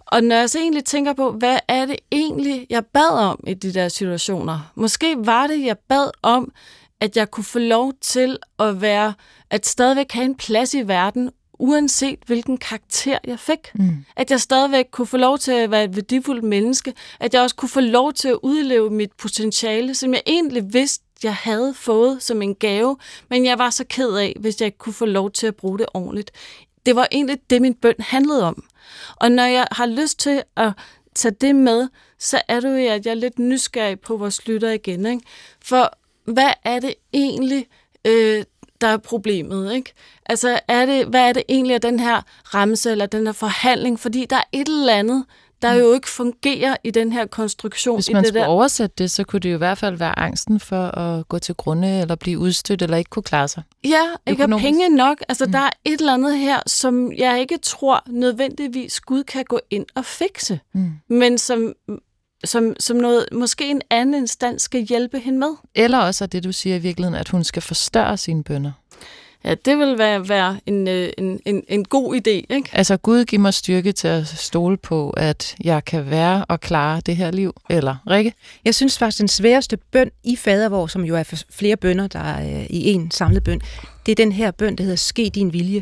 Og når jeg så egentlig tænker på, hvad er det egentlig, jeg bad om i de der situationer? Måske var det, jeg bad om, at jeg kunne få lov til at være, at stadigvæk have en plads i verden, uanset hvilken karakter jeg fik. Mm. At jeg stadigvæk kunne få lov til at være et værdifuldt menneske. At jeg også kunne få lov til at udleve mit potentiale, som jeg egentlig vidste, jeg havde fået som en gave, men jeg var så ked af, hvis jeg ikke kunne få lov til at bruge det ordentligt. Det var egentlig det, min bøn handlede om. Og når jeg har lyst til at tage det med, så er det jo, at jeg er lidt nysgerrig på vores lytter igen. Ikke? For hvad er det egentlig, øh, der er problemet? Ikke? Altså, er det, hvad er det egentlig af den her remse eller den her forhandling? Fordi der er et eller andet, der jo ikke fungerer i den her konstruktion. Hvis man i det skulle der. oversætte det, så kunne det jo i hvert fald være angsten for at gå til grunde, eller blive udstødt, eller ikke kunne klare sig. Ja, ikke have penge nok. Altså, Mm. der er et eller andet her, som jeg ikke tror nødvendigvis Gud kan gå ind og fikse. Mm. Men som, som, som noget, måske en anden instans skal hjælpe hende med. Eller også er det, du siger i virkeligheden, at hun skal forstørre sine bønner. Ja, det vil være, være en, en, en, en god idé, ikke? Altså, Gud giver mig styrke til at stole på, at jeg kan være og klare det her liv. Eller, Rikke? Jeg synes faktisk, den sværeste bøn i fadervor, som jo er flere bønner, der er øh, i en samlet bøn, det er den her bøn, der hedder ske din vilje.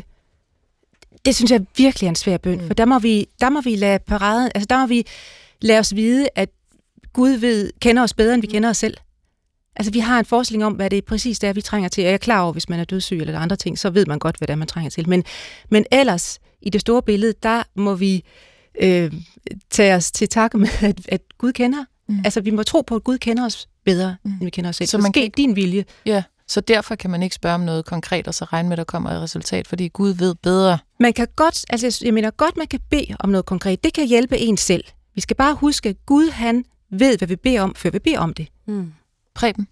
Det synes jeg virkelig er en svær bøn, mm. for der må vi, der må vi lade parade, altså der må vi lade os vide, at Gud ved, kender os bedre, end vi kender os selv. Altså, vi har en forestilling om, hvad det præcis er, vi trænger til. Og jeg er klar over, hvis man er dødssyg eller andre ting, så ved man godt, hvad det er, man trænger til. Men, men ellers, i det store billede, der må vi øh, tage os til takke med, at, at Gud kender. Mm. Altså, vi må tro på, at Gud kender os bedre, mm. end vi kender os selv. Så, så man ske kan... din vilje. Ja, så derfor kan man ikke spørge om noget konkret, og så regne med, at der kommer et resultat, fordi Gud ved bedre. Man kan godt, altså jeg mener godt, man kan bede om noget konkret. Det kan hjælpe en selv. Vi skal bare huske, at Gud, han ved, hvad vi beder om, før vi beder om det. Mm. Preben?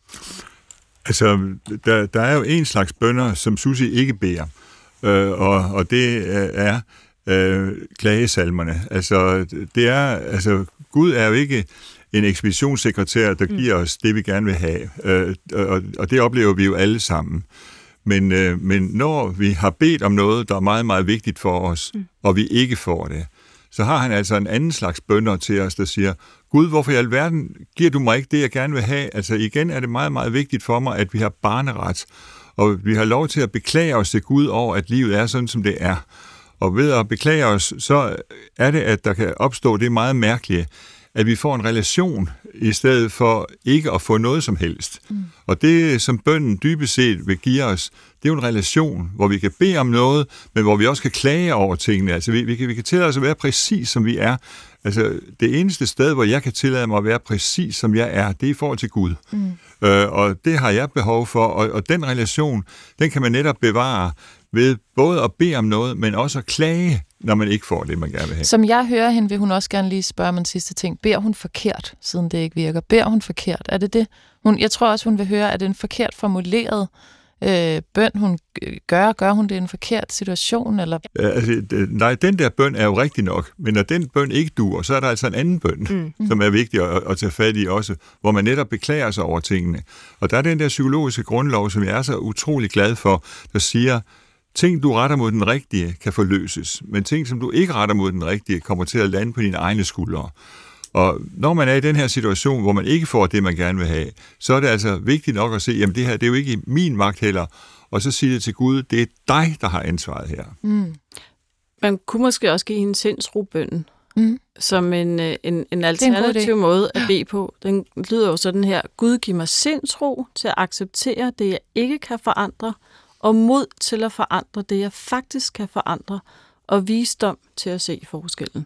Altså, der, der er jo en slags bønner, som Susie ikke beder, øh, og, og det er øh, klagesalmerne. Altså, det er, altså, Gud er jo ikke en ekspeditionssekretær, der giver os det, vi gerne vil have, øh, og, og det oplever vi jo alle sammen. Men, øh, men når vi har bedt om noget, der er meget, meget vigtigt for os, mm. og vi ikke får det, så har han altså en anden slags bønner til os, der siger, Gud, hvorfor i alverden giver du mig ikke det, jeg gerne vil have? Altså igen er det meget, meget vigtigt for mig, at vi har barneret, og vi har lov til at beklage os til Gud over, at livet er sådan, som det er. Og ved at beklage os, så er det, at der kan opstå det meget mærkelige, at vi får en relation, i stedet for ikke at få noget som helst. Mm. Og det, som bønnen dybest set vil give os, det er jo en relation, hvor vi kan bede om noget, men hvor vi også kan klage over tingene. Altså, vi, vi, kan, vi kan tillade os at være præcis, som vi er. Altså, det eneste sted, hvor jeg kan tillade mig at være præcis, som jeg er, det er i forhold til Gud. Mm. Øh, og det har jeg behov for, og, og den relation, den kan man netop bevare ved både at bede om noget, men også at klage, når man ikke får det, man gerne vil have. Som jeg hører hende, vil hun også gerne lige spørge om en sidste ting. Beder hun forkert, siden det ikke virker? Beder hun forkert? Er det det? Hun, jeg tror også, hun vil høre, at det er en forkert formuleret øh, bøn, hun gør. Gør hun det i en forkert situation? Eller? Ja, altså, nej, den der bøn er jo rigtig nok, men når den bøn ikke duer, så er der altså en anden bøn, mm. som er vigtig at, at tage fat i også, hvor man netop beklager sig over tingene. Og der er den der psykologiske grundlov, som jeg er så utrolig glad for, der siger, ting, du retter mod den rigtige, kan forløses, men ting, som du ikke retter mod den rigtige, kommer til at lande på dine egne skuldre. Og når man er i den her situation, hvor man ikke får det, man gerne vil have, så er det altså vigtigt nok at se, jamen det her, det er jo ikke i min magt heller, og så sige det til Gud, det er dig, der har ansvaret her. Mm. Man kunne måske også give hende sindsrobønnen, mm. som en, en, en alternativ en måde at bede på. Den lyder jo sådan her, Gud giv mig sindsro til at acceptere det, jeg ikke kan forandre, og mod til at forandre det, jeg faktisk kan forandre, og visdom til at se forskellen.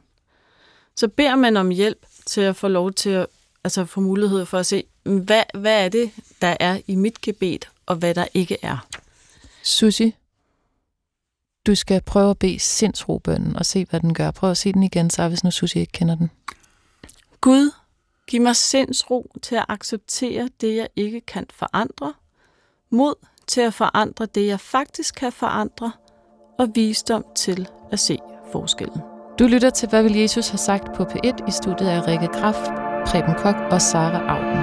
Så beder man om hjælp til at få lov til at altså få mulighed for at se, hvad, hvad er det, der er i mit gebet, og hvad der ikke er. Susie, du skal prøve at bede sindsrobønnen og se, hvad den gør. Prøv at se den igen, så hvis nu Susie ikke kender den. Gud, giv mig sindsro til at acceptere det, jeg ikke kan forandre, mod til at forandre det, jeg faktisk kan forandre, og visdom til at se forskellen. Du lytter til, hvad vil Jesus have sagt på P et i studiet af Rikke Graf, Preben Koch og Sara Auken.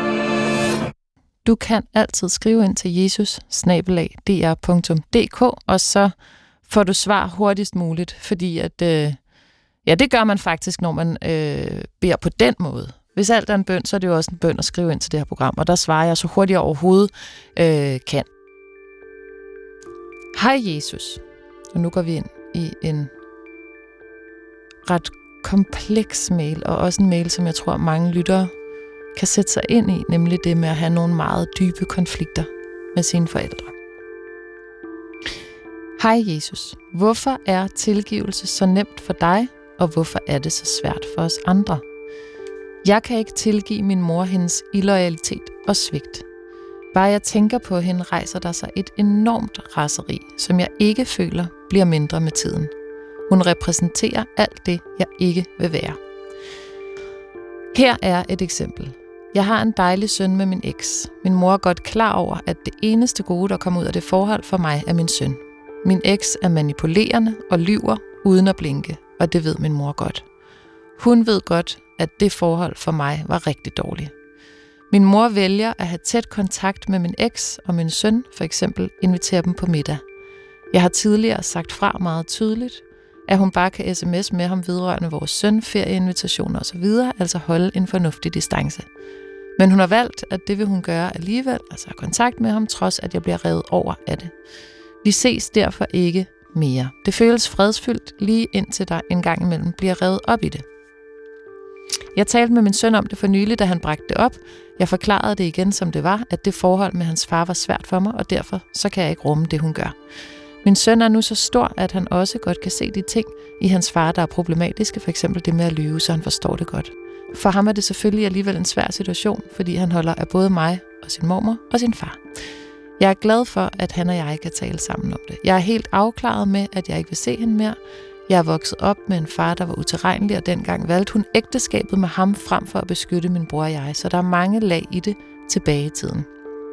Du kan altid skrive ind til jesus bindestreg d r punktum d k, og så får du svar hurtigst muligt, fordi at, øh, Ja, det gør man faktisk, når man øh, beder på den måde. Hvis alt er en bøn, så er det jo også en bøn at skrive ind til det her program, og der svarer jeg så hurtigt jeg overhovedet øh, kan. Hej Jesus. Og nu går vi ind i en ret kompleks mail, og også en mail, som jeg tror, mange lyttere kan sætte sig ind i, nemlig det med at have nogle meget dybe konflikter med sine forældre. Hej Jesus. Hvorfor er tilgivelse så nemt for dig, og hvorfor er det så svært for os andre? Jeg kan ikke tilgive min mor hendes illoyalitet og svigt. Bare jeg tænker på hende, rejser der sig et enormt raseri, som jeg ikke føler bliver mindre med tiden. Hun repræsenterer alt det, jeg ikke vil være. Her er et eksempel. Jeg har en dejlig søn med min eks. Min mor er godt klar over, at det eneste gode, der kommer ud af det forhold for mig, er min søn. Min eks er manipulerende og lyver uden at blinke, og det ved min mor godt. Hun ved godt, at det forhold for mig var rigtig dårligt. Min mor vælger at have tæt kontakt med min eks og min søn, for eksempel invitere dem på middag. Jeg har tidligere sagt fra meget tydeligt, at hun bare kan sms med ham vedrørende vores søn, ferieinvitationer osv., altså holde en fornuftig distance. Men hun har valgt, at det vil hun gøre alligevel, altså have kontakt med ham, trods at jeg bliver revet over af det. Vi ses derfor ikke mere. Det føles fredsfyldt, lige indtil der en gang imellem bliver revet op i det. Jeg talte med min søn om det for nylig, da han bragte det op. Jeg forklarede det igen, som det var, at det forhold med hans far var svært for mig, og derfor så kan jeg ikke rumme det, hun gør. Min søn er nu så stor, at han også godt kan se de ting i hans far, der er problematiske, f.eks. det med at lyve, så han forstår det godt. For ham er det selvfølgelig alligevel en svær situation, fordi han holder af både mig og sin mormor og sin far. Jeg er glad for, at han og jeg kan tale sammen om det. Jeg er helt afklaret med, at jeg ikke vil se hende mere. Jeg er vokset op med en far, der var utilregnelig, og dengang valgte hun ægteskabet med ham frem for at beskytte min bror og jeg, så der er mange lag i det tilbage i tiden.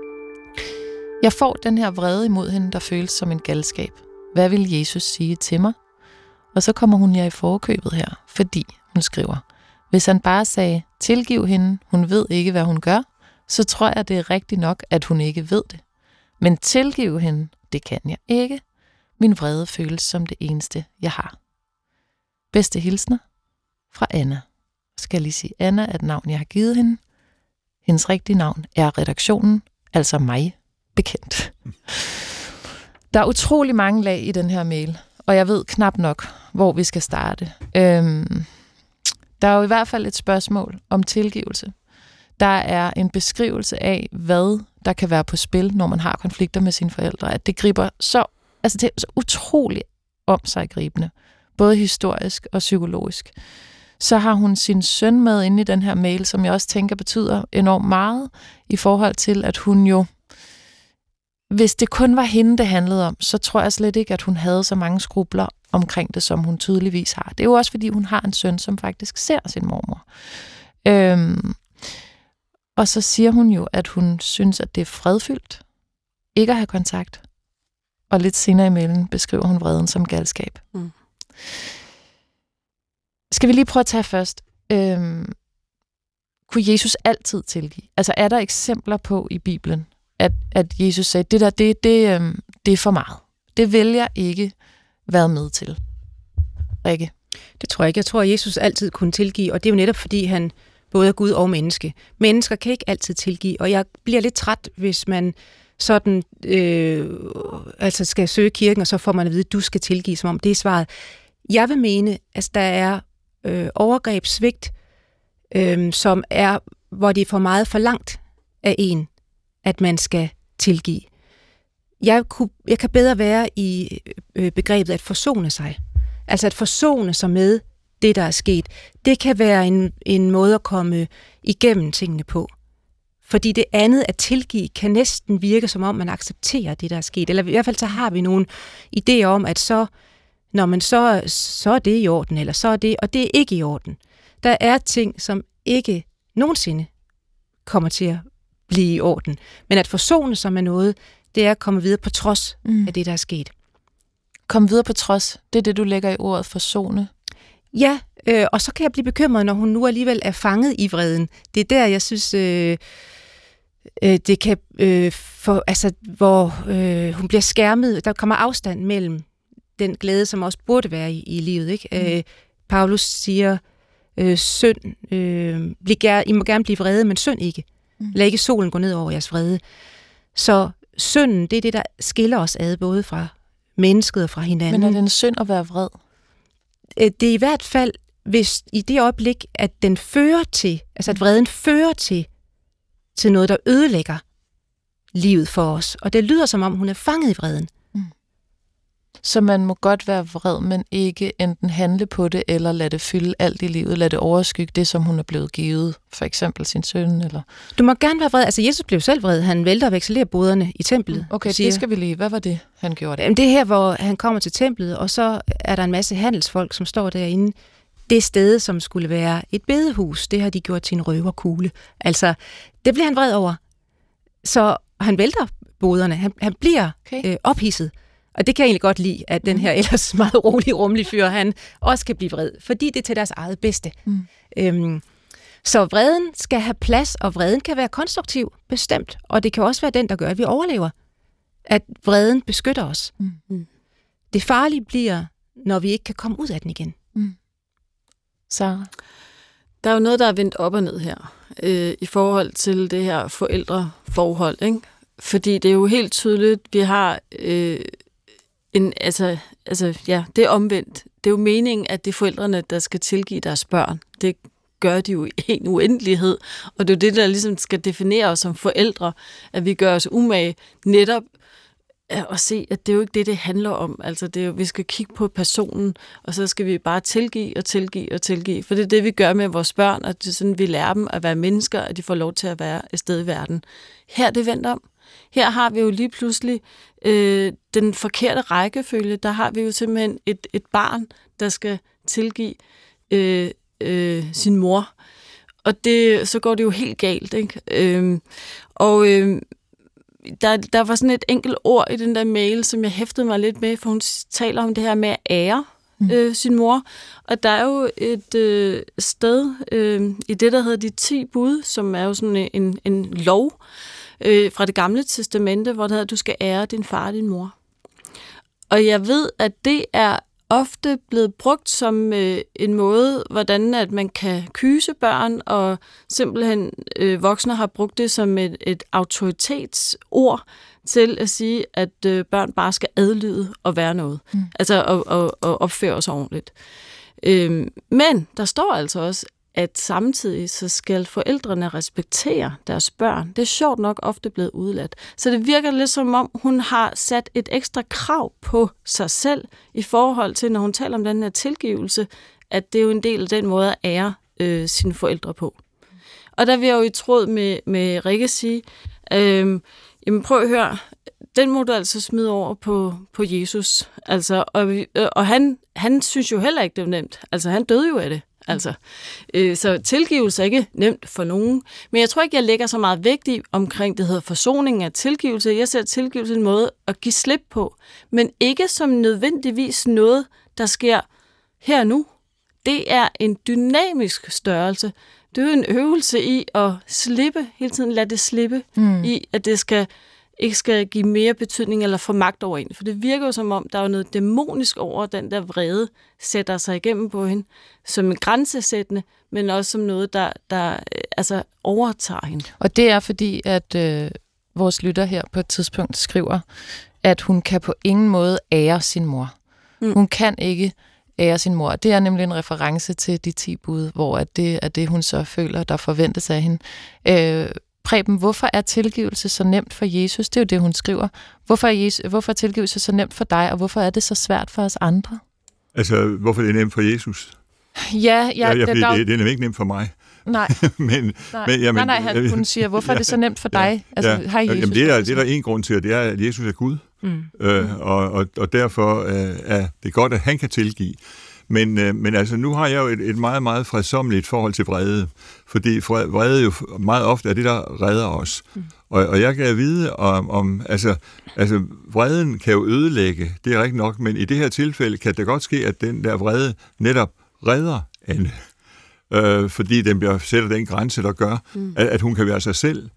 Jeg får den her vrede imod hende, der føles som en galskab. Hvad vil Jesus sige til mig? Og så kommer hun jer i forkøbet her, fordi hun skriver, hvis han bare sagde, tilgiv hende, hun ved ikke, hvad hun gør, så tror jeg, det er rigtigt nok, at hun ikke ved det. Men tilgive hende, det kan jeg ikke. Min vrede føles som det eneste, jeg har. Bedste hilsner fra Anna. Skal jeg lige sige, Anna er et navn, jeg har givet hende. Hendes rigtige navn er redaktionen, altså mig, bekendt. Der er utrolig mange lag i den her mail, og jeg ved knap nok, hvor vi skal starte. Øhm, der er jo i hvert fald et spørgsmål om tilgivelse. Der er en beskrivelse af, hvad der kan være på spil, når man har konflikter med sine forældre. At det griber så, altså det er så utroligt om sig gribende, både historisk og psykologisk. Så har hun sin søn med inde i den her mail, som jeg også tænker betyder enormt meget, i forhold til, at hun jo, hvis det kun var hende, det handlede om, så tror jeg slet ikke, at hun havde så mange skrubler omkring det, som hun tydeligvis har. Det er jo også, fordi hun har en søn, som faktisk ser sin mormor. Øhm, og så siger hun jo, at hun synes, at det er fredfyldt ikke at have kontakt. Og lidt senere i mailen beskriver hun vreden som galskab. Mm. Skal vi lige prøve at tage først. Øhm, kunne Jesus altid tilgive? Altså er der eksempler på i Bibelen, at, at Jesus sagde, det der, det, det, øhm, det er for meget. Det vil jeg ikke være med til. Rikke? Det tror jeg ikke. Jeg tror, at Jesus altid kunne tilgive, og det er jo netop, fordi han både er Gud og menneske. Mennesker kan ikke altid tilgive, og jeg bliver lidt træt, hvis man sådan øh, altså skal søge kirken, og så får man at vide, at du skal tilgive, som om det er svaret. Jeg vil mene, at der er øh, overgreb, svigt, øh, som er, hvor det er for meget forlangt af en, at man skal tilgive. Jeg, kunne, jeg kan bedre være i øh, begrebet at forsone sig. Altså at forsone sig med det, der er sket. Det kan være en, en måde at komme igennem tingene på. Fordi det andet at tilgive kan næsten virke, som om man accepterer det, der er sket. Eller i hvert fald så har vi nogle idéer om, at så, når man så, så er det i orden, eller så er det, og det er ikke i orden. Der er ting, som ikke nogensinde kommer til at blive i orden. Men at forsone sig med noget, det er at komme videre på trods mm. af det, der er sket. Komme videre på trods, det er det, du lægger i ordet forsone. Ja, øh, og så kan jeg blive bekymret, når hun nu alligevel er fanget i vreden. Det er der, jeg synes, øh, øh, det kan, øh, for, altså, hvor øh, hun bliver skærmet. Der kommer afstand mellem den glæde, som også burde være i, i livet, ikke? Mm. Øh, Paulus siger, øh, synd, øh, bliv ger, I må gerne blive vrede, men synd ikke. Mm. Lad ikke solen gå ned over jeres vrede. Så synden, det er det, der skiller os ad, både fra mennesket og fra hinanden. Men er det en synd at være vred? Det er i hvert fald, hvis i det øjeblik, at den fører til, altså at vreden fører til, til noget, der ødelægger livet for os. Og det lyder som om, hun er fanget i vreden. Mm. Så man må godt være vred, men ikke enten handle på det, eller lade det fylde alt i livet, lade det overskygge det, som hun er blevet givet, for eksempel sin søn, eller... Du må gerne være vred. Altså, Jesus blev selv vred. Han vælter og vekselerer boderne i templet. Okay, siger, det skal vi lige. Hvad var det, han gjorde det? Jamen, det er her, hvor han kommer til templet, og så er der en masse handelsfolk, som står derinde. Det sted, som skulle være et bedehus, det har de gjort til en røverkugle. Altså, det bliver han vred over. Så han vælter boderne. Han, han bliver okay. øh, ophidset. Og det kan jeg egentlig godt lide, at den her ellers meget rolig, rummelig fyr, han også kan blive vred, fordi det er til deres eget bedste. Mm. Øhm, så vreden skal have plads, og vreden kan være konstruktiv, bestemt. Og det kan også være den, der gør, at vi overlever. At vreden beskytter os. Mm. Det farlige bliver, når vi ikke kan komme ud af den igen. Mm. Sarah? Der er jo noget, der er vendt op og ned her, øh, i forhold til det her forældreforhold, ikke? Fordi det er jo helt tydeligt, vi har... Øh, En, altså, altså, ja, det er omvendt. Det er jo meningen, at det er forældrene, der skal tilgive deres børn. Det gør de jo i en uendelighed. Og det er jo det, der ligesom skal definere os som forældre, at vi gør os umage netop at se, at det er jo ikke det, det handler om. Altså, det er jo, vi skal kigge på personen, og så skal vi bare tilgive og tilgive og tilgive. For det er det, vi gør med vores børn, og det er sådan, vi lærer dem at være mennesker, at de får lov til at være et sted i verden. Her er det vendt om. Her har vi jo lige pludselig øh, den forkerte rækkefølge. Der har vi jo simpelthen et, et barn, der skal tilgive øh, øh, sin mor. Og det, så går det jo helt galt, ikke? Øh, og øh, der, der var sådan et enkelt ord i den der mail, som jeg hæftede mig lidt med, for hun taler om det her med at ære øh, sin mor. Og der er jo et øh, sted øh, i det, der hedder de ti bud, som er jo sådan en, en lov, Øh, fra det gamle testamente, hvor det hedder, at du skal ære din far og din mor. Og jeg ved, at det er ofte blevet brugt som øh, en måde, hvordan at man kan kyse børn, og simpelthen øh, voksne har brugt det som et, et autoritetsord til at sige, at øh, børn bare skal adlyde og være noget. Mm. Altså og, og, og opføre sig ordentligt. Øh, men der står altså også, at samtidig så skal forældrene respektere deres børn. Det er sjovt nok ofte blevet udladt. Så det virker lidt som om, hun har sat et ekstra krav på sig selv i forhold til, når hun taler om den her tilgivelse, at det er jo en del af den måde at ære øh, sine forældre på. Og der vil jeg jo i tråd med, med Rikke sige, øh, jamen prøv at høre, den må du altså smide over på, på Jesus. Altså, og og han, han synes jo heller ikke, det er nemt. Altså, han døde jo af det. Altså, øh, så tilgivelse er ikke nemt for nogen. Men jeg tror ikke, jeg lægger så meget vægt i omkring, det hedder forsoning af tilgivelse. Jeg ser tilgivelse en måde at give slip på, men ikke som nødvendigvis noget, der sker her nu. Det er en dynamisk størrelse. Det er jo en øvelse i at slippe, hele tiden lade det slippe, mm. i at det skal ikke skal give mere betydning eller få magt over en. For det virker jo som om, der er noget dæmonisk over, den der vrede sætter sig igennem på hende, som en grænsesættende, men også som noget, der, der altså overtager hende. Og det er fordi, at øh, vores lytter her på et tidspunkt skriver, at hun kan på ingen måde ære sin mor. Mm. Hun kan ikke ære sin mor. Det er nemlig en reference til de ti bud, hvor at det er det, hun så føler, der forventes af hende. Øh, Preben, hvorfor er tilgivelse så nemt for Jesus? Det er jo det, hun skriver. Hvorfor er, Jesus, hvorfor er tilgivelse så nemt for dig, og hvorfor er det så svært for os andre? Altså, hvorfor er det nemt for Jesus? Ja, ja, ja, ja det, det, der... det er nemlig ikke nemt for mig. Nej, men, nej. Men, jamen, nej, nej, hun siger, hvorfor ja, er det så nemt for dig? Ja, altså, ja. Har Jesus jamen, det er, det er der en grund til, og det er, at Jesus er Gud. Mm. Øh, og, og, og derfor øh, er det godt, at han kan tilgive. Men, øh, men altså, nu har jeg jo et, et meget, meget fredsommeligt forhold til vrede, fordi vrede jo meget ofte er det, der redder os. Mm. Og, og jeg kan vide om, om altså, altså, vreden kan jo ødelægge, det er rigtigt nok, men i det her tilfælde kan det godt ske, at den der vrede netop redder Anne, øh, fordi den bliver, sætter den grænse, der gør, mm. at, at hun kan være sig selv.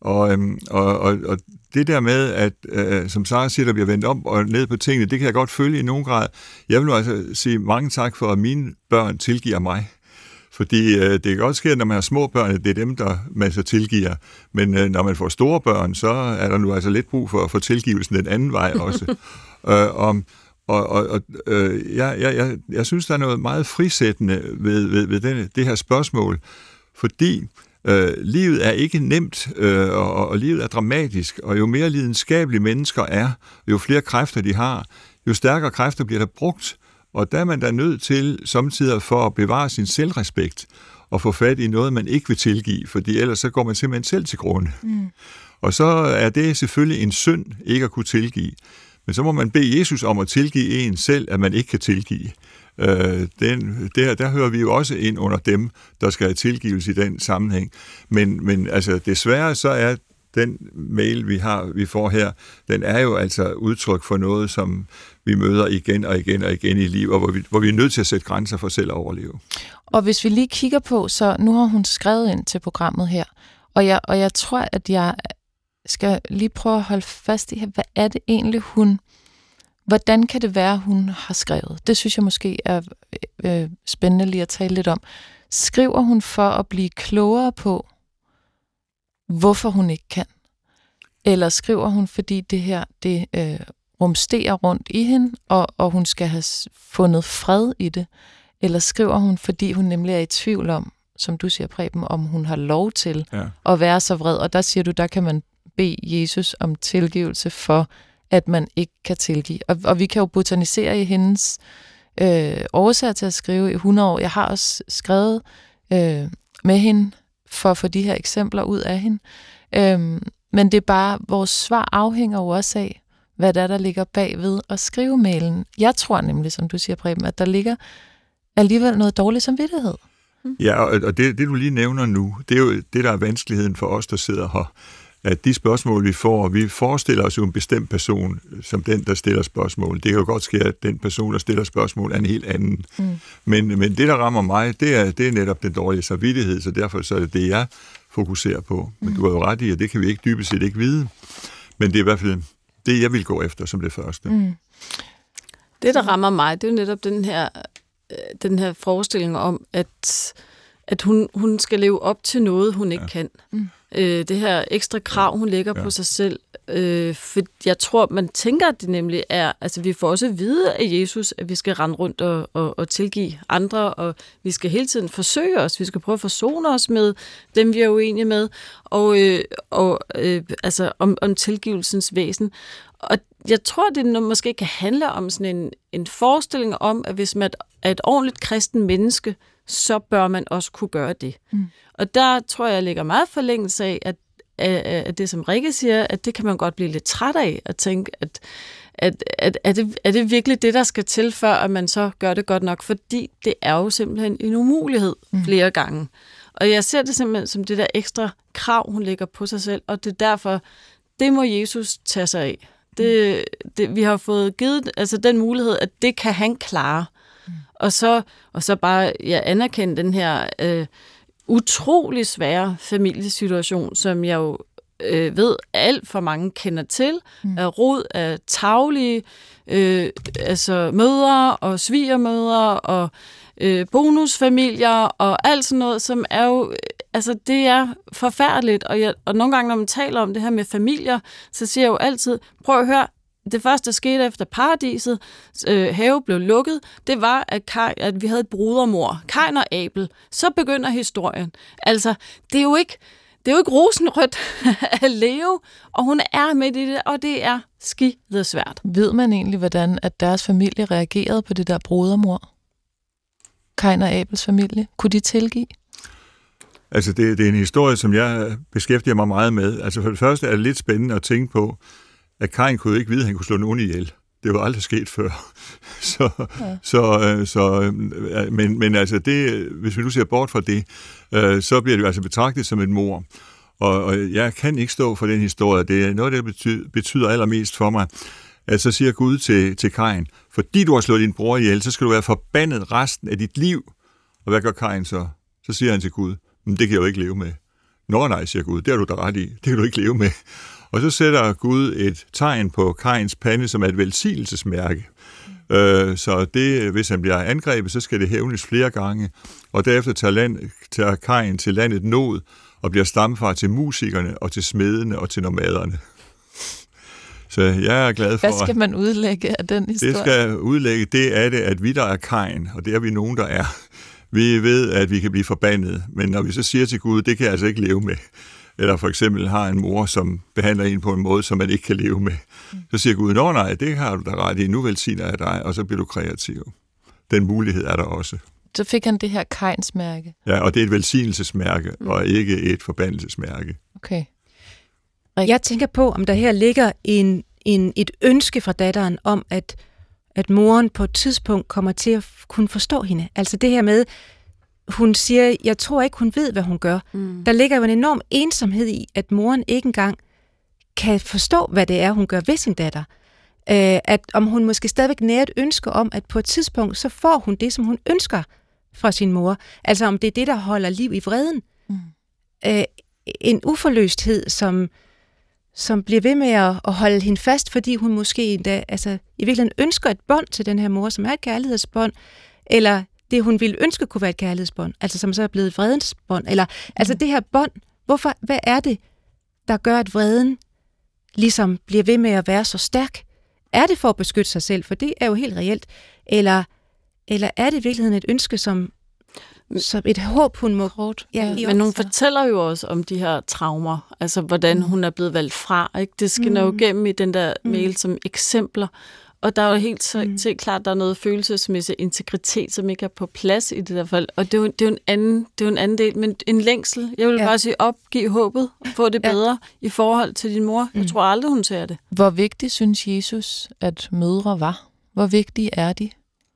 Og, øhm, og, og, og det der med, at øh, som Sara siger, der bliver vendt om og ned på tingene, det kan jeg godt følge i nogen grad. Jeg vil nu altså sige mange tak for, at mine børn tilgiver mig. Fordi øh, det kan godt ske, når man har små børn, det er dem, der man så tilgiver. Men øh, når man får store børn, så er der nu altså lidt brug for at få tilgivelsen den anden vej også. øh, og og, og øh, jeg, jeg, jeg, jeg synes, der er noget meget frisættende ved, ved, ved denne, det her spørgsmål. Fordi øh, livet er ikke nemt, øh, og, og livet er dramatisk. Og jo mere lidenskabelige mennesker er, jo flere kræfter de har, jo stærkere kræfter bliver der brugt. Og der er man da nødt til samtidig for at bevare sin selvrespekt og få fat i noget, man ikke vil tilgive, fordi ellers så går man simpelthen selv til grunde. Mm. Og så er det selvfølgelig en synd ikke at kunne tilgive. Men så må man bede Jesus om at tilgive en selv, at man ikke kan tilgive. Øh, den, der, der hører vi jo også ind under dem, der skal have tilgivelse i den sammenhæng. Men, men altså, desværre så er den mail, vi har, vi får her, den er jo altså udtryk for noget, som vi møder igen og igen og igen i livet, og hvor vi, hvor vi er nødt til at sætte grænser for selv at overleve. Og hvis vi lige kigger på, så nu har hun skrevet ind til programmet her, og jeg, og jeg tror, at jeg skal lige prøve at holde fast i her, hvad er det egentlig, hun... Hvordan kan det være, hun har skrevet? Det synes jeg måske er øh, spændende lige at tale lidt om. Skriver hun for at blive klogere på, hvorfor hun ikke kan? Eller skriver hun, fordi det her det øh, rumsterer rundt i hende, og, og hun skal have fundet fred i det? Eller skriver hun, fordi hun nemlig er i tvivl om, som du siger, Preben, om hun har lov til ja. at være så vred? Og der siger du, der kan man bede Jesus om tilgivelse for, at man ikke kan tilgive. Og, og vi kan jo botanisere i hendes øh, årsager til at skrive i hundrede år. Jeg har også skrevet øh, med hende for at få de her eksempler ud af hende. Øh, men det er bare, vores svar afhænger jo også af, hvad der, der ligger bagved at skrive mailen. Jeg tror nemlig, som du siger, Preben, at der ligger alligevel noget dårlig samvittighed. Ja, og det, det du lige nævner nu, det er jo det, der er vanskeligheden for os, der sidder her. At de spørgsmål, vi får, vi forestiller os jo en bestemt person, som den, der stiller spørgsmål. Det kan jo godt ske, at den person, der stiller spørgsmål, er en helt anden. Mm. Men, men det, der rammer mig, det er, det er netop den dårlige samvittighed, så derfor så er det det, jeg fokuserer på. Men mm. du har jo ret i, at det kan vi ikke dybest set ikke vide. Men det er i hvert fald det, jeg vil gå efter som det første. Mm. Det, der rammer mig, det er jo netop den her, den her forestilling om, at, at hun, hun skal leve op til noget, hun ikke ja. kan. Mm. Øh, det her ekstra krav, hun lægger ja. på sig selv. Øh, for jeg tror, man tænker, at det nemlig er, altså vi får også at vide af Jesus, at vi skal rende rundt og, og, og tilgive andre, og vi skal hele tiden forsøge os, vi skal prøve at forsone os med dem, vi er uenige med, og, øh, og øh, altså om, om tilgivelsens væsen. Og jeg tror, det måske kan handle om sådan en, en forestilling om, at hvis man er et ordentligt kristen menneske, så bør man også kunne gøre det. Mm. Og der tror jeg, jeg ligger meget forlængelse af, at, at det, som Rikke siger, at det kan man godt blive lidt træt af, at tænke, at, at, at er, det, er det virkelig det, der skal til, før at man så gør det godt nok? Fordi det er jo simpelthen en umulighed mm. flere gange. Og jeg ser det simpelthen som det der ekstra krav, hun lægger på sig selv, og det er derfor, det må Jesus tage sig af. Det, det, vi har fået givet altså den mulighed, at det kan han klare. Mm. Og, så, og så bare ja, anerkende den her øh, utrolig svære familiesituation, som jeg jo øh, ved, alt for mange kender til, mm. af rod af taglige øh, altså mødre og svigermødre og øh, bonusfamilier og alt sådan noget, som er jo, altså det er forfærdeligt, og, jeg, og nogle gange, når man taler om det her med familier, så siger jeg jo altid, prøv at høre, det første, der skete efter paradiset, øh, have blev lukket, det var, at, Kaj, at vi havde et brudermor, Kain og Abel. Så begynder historien. Altså, det er jo ikke, det er jo ikke rosenrødt at leve, og hun er midt i det, og det er skide svært. Ved man egentlig, hvordan at deres familie reagerede på det der brudermor? Kain og Abels familie? Kunne de tilgive? Altså, det, det er en historie, som jeg beskæftiger mig meget med. Altså, for det første er det lidt spændende at tænke på, at Kain kunne jo ikke vide, at han kunne slå nogen ihjel. Det var aldrig sket før. så, ja. så, så, men, men altså, det, hvis vi nu ser bort fra det, så bliver det jo altså betragtet som et mord. Og, og jeg kan ikke stå for den historie. Det er noget, der betyder, betyder allermest for mig, at så siger Gud til, til Kain, fordi du har slået din bror ihjel, så skal du være forbandet resten af dit liv. Og hvad gør Kain så? Så siger han til Gud, men det kan jeg jo ikke leve med. Nå nej, siger Gud, det har du da ret i, det kan du ikke leve med. Og så sætter Gud et tegn på Kains pande, som er et velsignelsesmærke. Øh, så det, hvis han bliver angrebet, så skal det hævnes flere gange, og derefter tager, land, tager Kain til landet Nod, og bliver stamfar til musikerne, og til smedene, og til nomaderne. Så jeg er glad for... Hvad skal man udlægge af den historie? Det skal udlægge, det er det, at vi der er Kain, og det er vi nogen, der er. Vi ved, at vi kan blive forbandet, men når vi så siger til Gud, det kan jeg altså ikke leve med, eller for eksempel har en mor, som behandler en på en måde, som man ikke kan leve med, så siger Gud, nå nej, det har du da ret i, nu velsigner jeg dig, og så bliver du kreativ. Den mulighed er der også. Så fik han det her Kains-mærke. Ja, og det er et velsignelsesmærke, mm. og ikke et forbandelsesmærke. Okay. Jeg tænker på, om der her ligger en, en, et ønske fra datteren om, at, at moren på et tidspunkt kommer til at kunne forstå hende. Altså det her med, hun siger, jeg tror ikke, hun ved, hvad hun gør. Mm. Der ligger jo en enorm ensomhed i, at moren ikke engang kan forstå, hvad det er, hun gør ved sin datter. Øh, at om hun måske stadigvæk nærer et ønske om, at på et tidspunkt, så får hun det, som hun ønsker fra sin mor. Altså om det er det, der holder liv i vreden. Mm. Øh, en uforløsthed, som, som bliver ved med at, at holde hende fast, fordi hun måske endda, altså, i virkeligheden ønsker et bånd til den her mor, som er et kærlighedsbånd, eller det, hun ville ønske, kunne være et kærlighedsbånd, altså som så er blevet et vredensbånd, eller mm. altså det her bånd, hvorfor, hvad er det, der gør, at vreden ligesom bliver ved med at være så stærk? Er det for at beskytte sig selv, for det er jo helt reelt, eller, eller er det i virkeligheden et ønske, som, som et håb, hun må... Kort. Ja, men hun fortæller jo også om de her traumer, altså hvordan mm. hun er blevet valgt fra, ikke? Det skinner mm. jo gennem i den der mm. mail som eksempler, og der er jo helt så, mm. så klart, der er noget følelsesmæssig integritet, som ikke er på plads i det der fald. Og det er jo, det er jo, en, anden, det er jo en anden del, men en længsel. Jeg vil ja. bare sige, opgive håbet, få det bedre ja. i forhold til din mor. Jeg mm. tror aldrig, hun ser det. Hvor vigtigt synes Jesus, at mødre var? Hvor vigtige er de?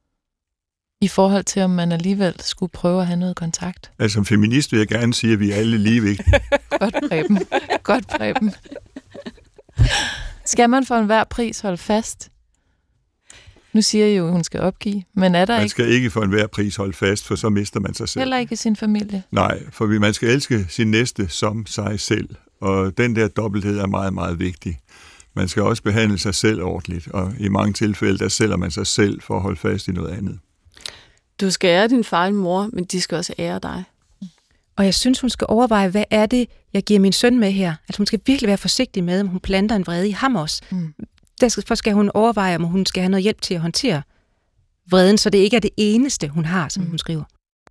I forhold til, om man alligevel skulle prøve at have noget kontakt? Altså som feminist vil jeg gerne sige, at vi er alle lige vigtige. Godt, Preben. Godt, Preben. Skal man for enhver pris holde fast? Nu siger jeg jo, at hun skal opgive, men er der man ikke... Man skal ikke for enhver pris holde fast, for så mister man sig selv. Heller ikke sin familie? Nej, for man skal elske sin næste som sig selv, og den der dobbelthed er meget, meget vigtig. Man skal også behandle sig selv ordentligt, og i mange tilfælde, der sælger man sig selv for at holde fast i noget andet. Du skal ære din far og mor, men de skal også ære dig. Og jeg synes, hun skal overveje, hvad er det, jeg giver min søn med her? At hun skal virkelig være forsigtig med, om hun planter en vrede i ham også. Mm. Derfor skal hun overveje, om hun skal have noget hjælp til at håndtere vreden, så det ikke er det eneste, hun har, som mm. hun skriver.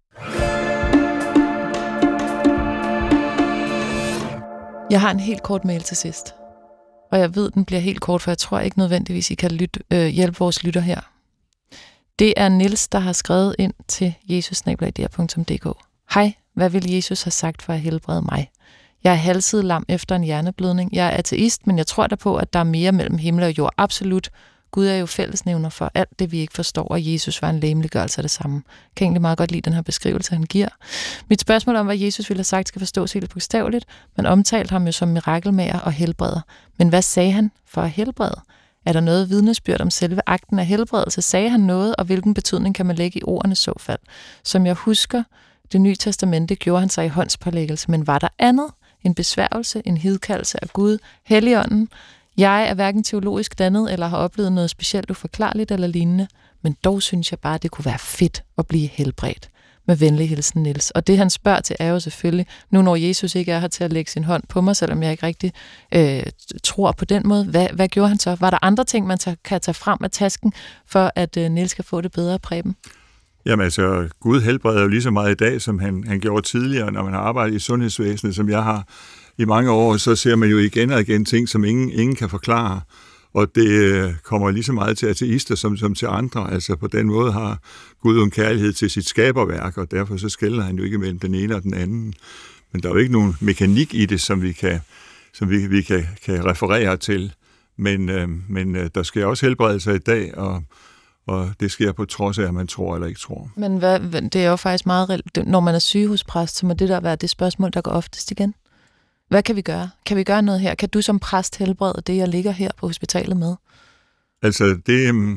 Jeg har en helt kort mail til sidst. Og jeg ved, den bliver helt kort, for jeg tror ikke nødvendigvis, I kan lytte, øh, hjælpe vores lytter her. Det er Niels, der har skrevet ind til jesus snabel-a d r punktum d k. Hej, hvad vil Jesus have sagt for at helbrede mig? Jeg er halvsidet lam efter en hjerneblødning. Jeg er ateist, men jeg tror da på, at der er mere mellem himmel og jord. Absolut. Gud er jo fællesnævner for alt det, vi ikke forstår, og Jesus var en læmeliggørelse af det samme. Jeg kan egentlig meget godt lide den her beskrivelse, han giver. Mit spørgsmål om, hvad Jesus ville have sagt, skal forstås helt bogstaveligt. Man omtalte ham jo som mirakelmager og helbreder. Men hvad sagde han for at helbrede? Er der noget vidnesbyrd om selve akten af helbredelse? Sagde han noget, og hvilken betydning kan man lægge i ordene så fald? Som jeg husker, det nye testamente gjorde han sig i håndspålæggelse, men var der andet? En besværgelse, en hidkaldelse af Gud, Helligånden. Jeg er hverken teologisk dannet eller har oplevet noget specielt uforklarligt eller lignende, men dog synes jeg bare, det kunne være fedt at blive helbredt. Med venlig hilsen, Niels. Og det han spørger til er jo selvfølgelig, nu når Jesus ikke er her til at lægge sin hånd på mig, selvom jeg ikke rigtig øh, tror på den måde, hvad, hvad gjorde han så? Var der andre ting, man tager, kan tage frem af tasken, for at øh, Niels skal få det bedre, Preben? Jamen altså, Gud helbreder jo lige så meget i dag, som han, han gjorde tidligere, når man har arbejdet i sundhedsvæsenet, som jeg har i mange år, så ser man jo igen og igen ting, som ingen, ingen kan forklare. Og det kommer lige så meget til ateister som, som til andre. Altså på den måde har Gud en kærlighed til sit skaberværk, og derfor så skelner han jo ikke mellem den ene og den anden. Men der er jo ikke nogen mekanik i det, som vi kan, som vi, vi kan, kan referere til. Men, øh, men der sker også helbredelser i dag, og Og det sker på trods af, at man tror eller ikke tror. Men hvad, det er jo faktisk meget... Når man er sygehuspræst, så må det der være det spørgsmål, der går oftest igen. Hvad kan vi gøre? Kan vi gøre noget her? Kan du som præst helbrede det, jeg ligger her på hospitalet med? Altså, det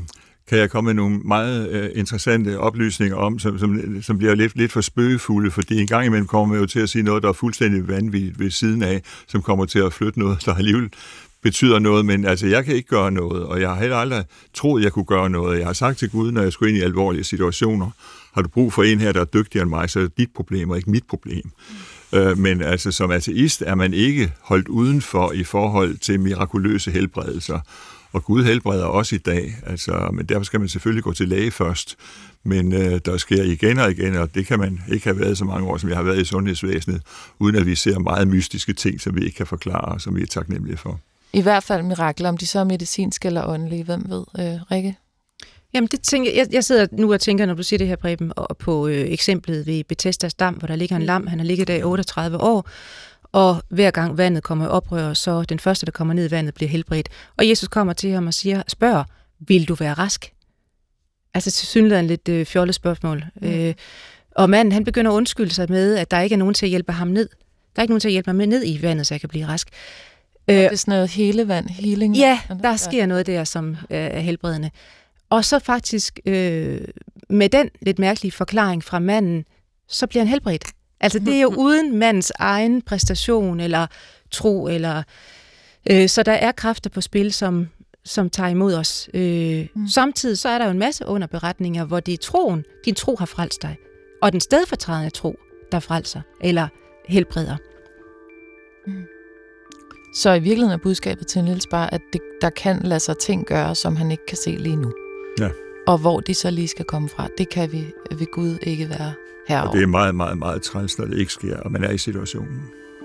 kan jeg komme med nogle meget øh, interessante oplysninger om, som, som, som bliver lidt, lidt for spøgefulde, fordi en gang imellem kommer man jo til at sige noget, der er fuldstændig vanvittigt ved siden af, som kommer til at flytte noget, der alligevel betyder noget, men altså, jeg kan ikke gøre noget, og jeg har heller aldrig troet, jeg kunne gøre noget. Jeg har sagt til Gud, når jeg skulle ind i alvorlige situationer, har du brug for en her, der er dygtigere end mig, så er det dit problem, og ikke mit problem. Mm. Øh, men altså, som ateist er man ikke holdt udenfor i forhold til mirakuløse helbredelser. Og Gud helbreder også i dag, altså, men derfor skal man selvfølgelig gå til læge først. Men øh, der sker igen og igen, og det kan man ikke have været så mange år, som jeg har været i sundhedsvæsenet, uden at vi ser meget mystiske ting, som vi ikke kan forklare, og som vi er taknemmelige for. I hvert fald mirakler, om de så er medicinske eller åndelige, hvem ved, øh, Rikke? Jamen, det tænker jeg, jeg sidder nu og tænker, når du siger det her, Preben, og på øh, eksemplet ved Bethesdas Dam, hvor der ligger en lam, han har ligget der i otteogtredive år, og hver gang vandet kommer i oprør, så den første, der kommer ned i vandet, bliver helbredt. Og Jesus kommer til ham og siger, spørger, vil du være rask? Altså til synligheden lidt øh, fjollet spørgsmål. Mm. Øh, og manden, han begynder at undskylde sig med, at der ikke er nogen til at hjælpe ham ned. Der er ikke nogen til at hjælpe mig med ned i vandet, så jeg kan blive rask. Og det er sådan noget hele vand, healing? Ja, der sker noget der, som er helbredende. Og så faktisk, øh, med den lidt mærkelige forklaring fra manden, så bliver han helbredt. Altså det er jo uden mandens egen præstation eller tro, eller øh, så der er kræfter på spil, som, som tager imod os. Øh, mm. Samtidig så er der jo en masse underberetninger, hvor det er troen, din tro har frelst dig, og den stedfortrædende tro, der frelser eller helbreder. Mm. Så i virkeligheden er budskabet til Niels bare, at det, der kan lade sig ting gøre, som han ikke kan se lige nu. Ja. Og hvor de så lige skal komme fra, det kan vi ved Gud ikke være herovre. Og det er meget, meget, meget træls, når det ikke sker, og man er i situationen.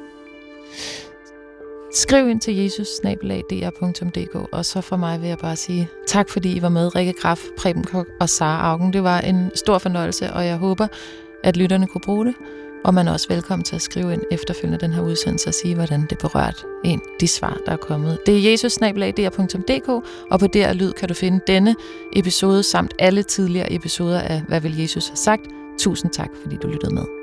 Skriv ind til jesus snabel-a d r punktum d k, og så for mig vil jeg bare sige tak, fordi I var med, Rikke Graf, Preben Koch og Sara Augen. Det var en stor fornøjelse, og jeg håber, at lytterne kunne bruge det. Og man er også velkommen til at skrive ind efterfølgende den her udsendelse og sige, hvordan det berørt en de svar, der er kommet. Det er jesus snabel-a d r punktum d k, og på D R Lyd kan du finde denne episode samt alle tidligere episoder af Hvad vil Jesus have sagt? Tusind tak, fordi du lyttede med.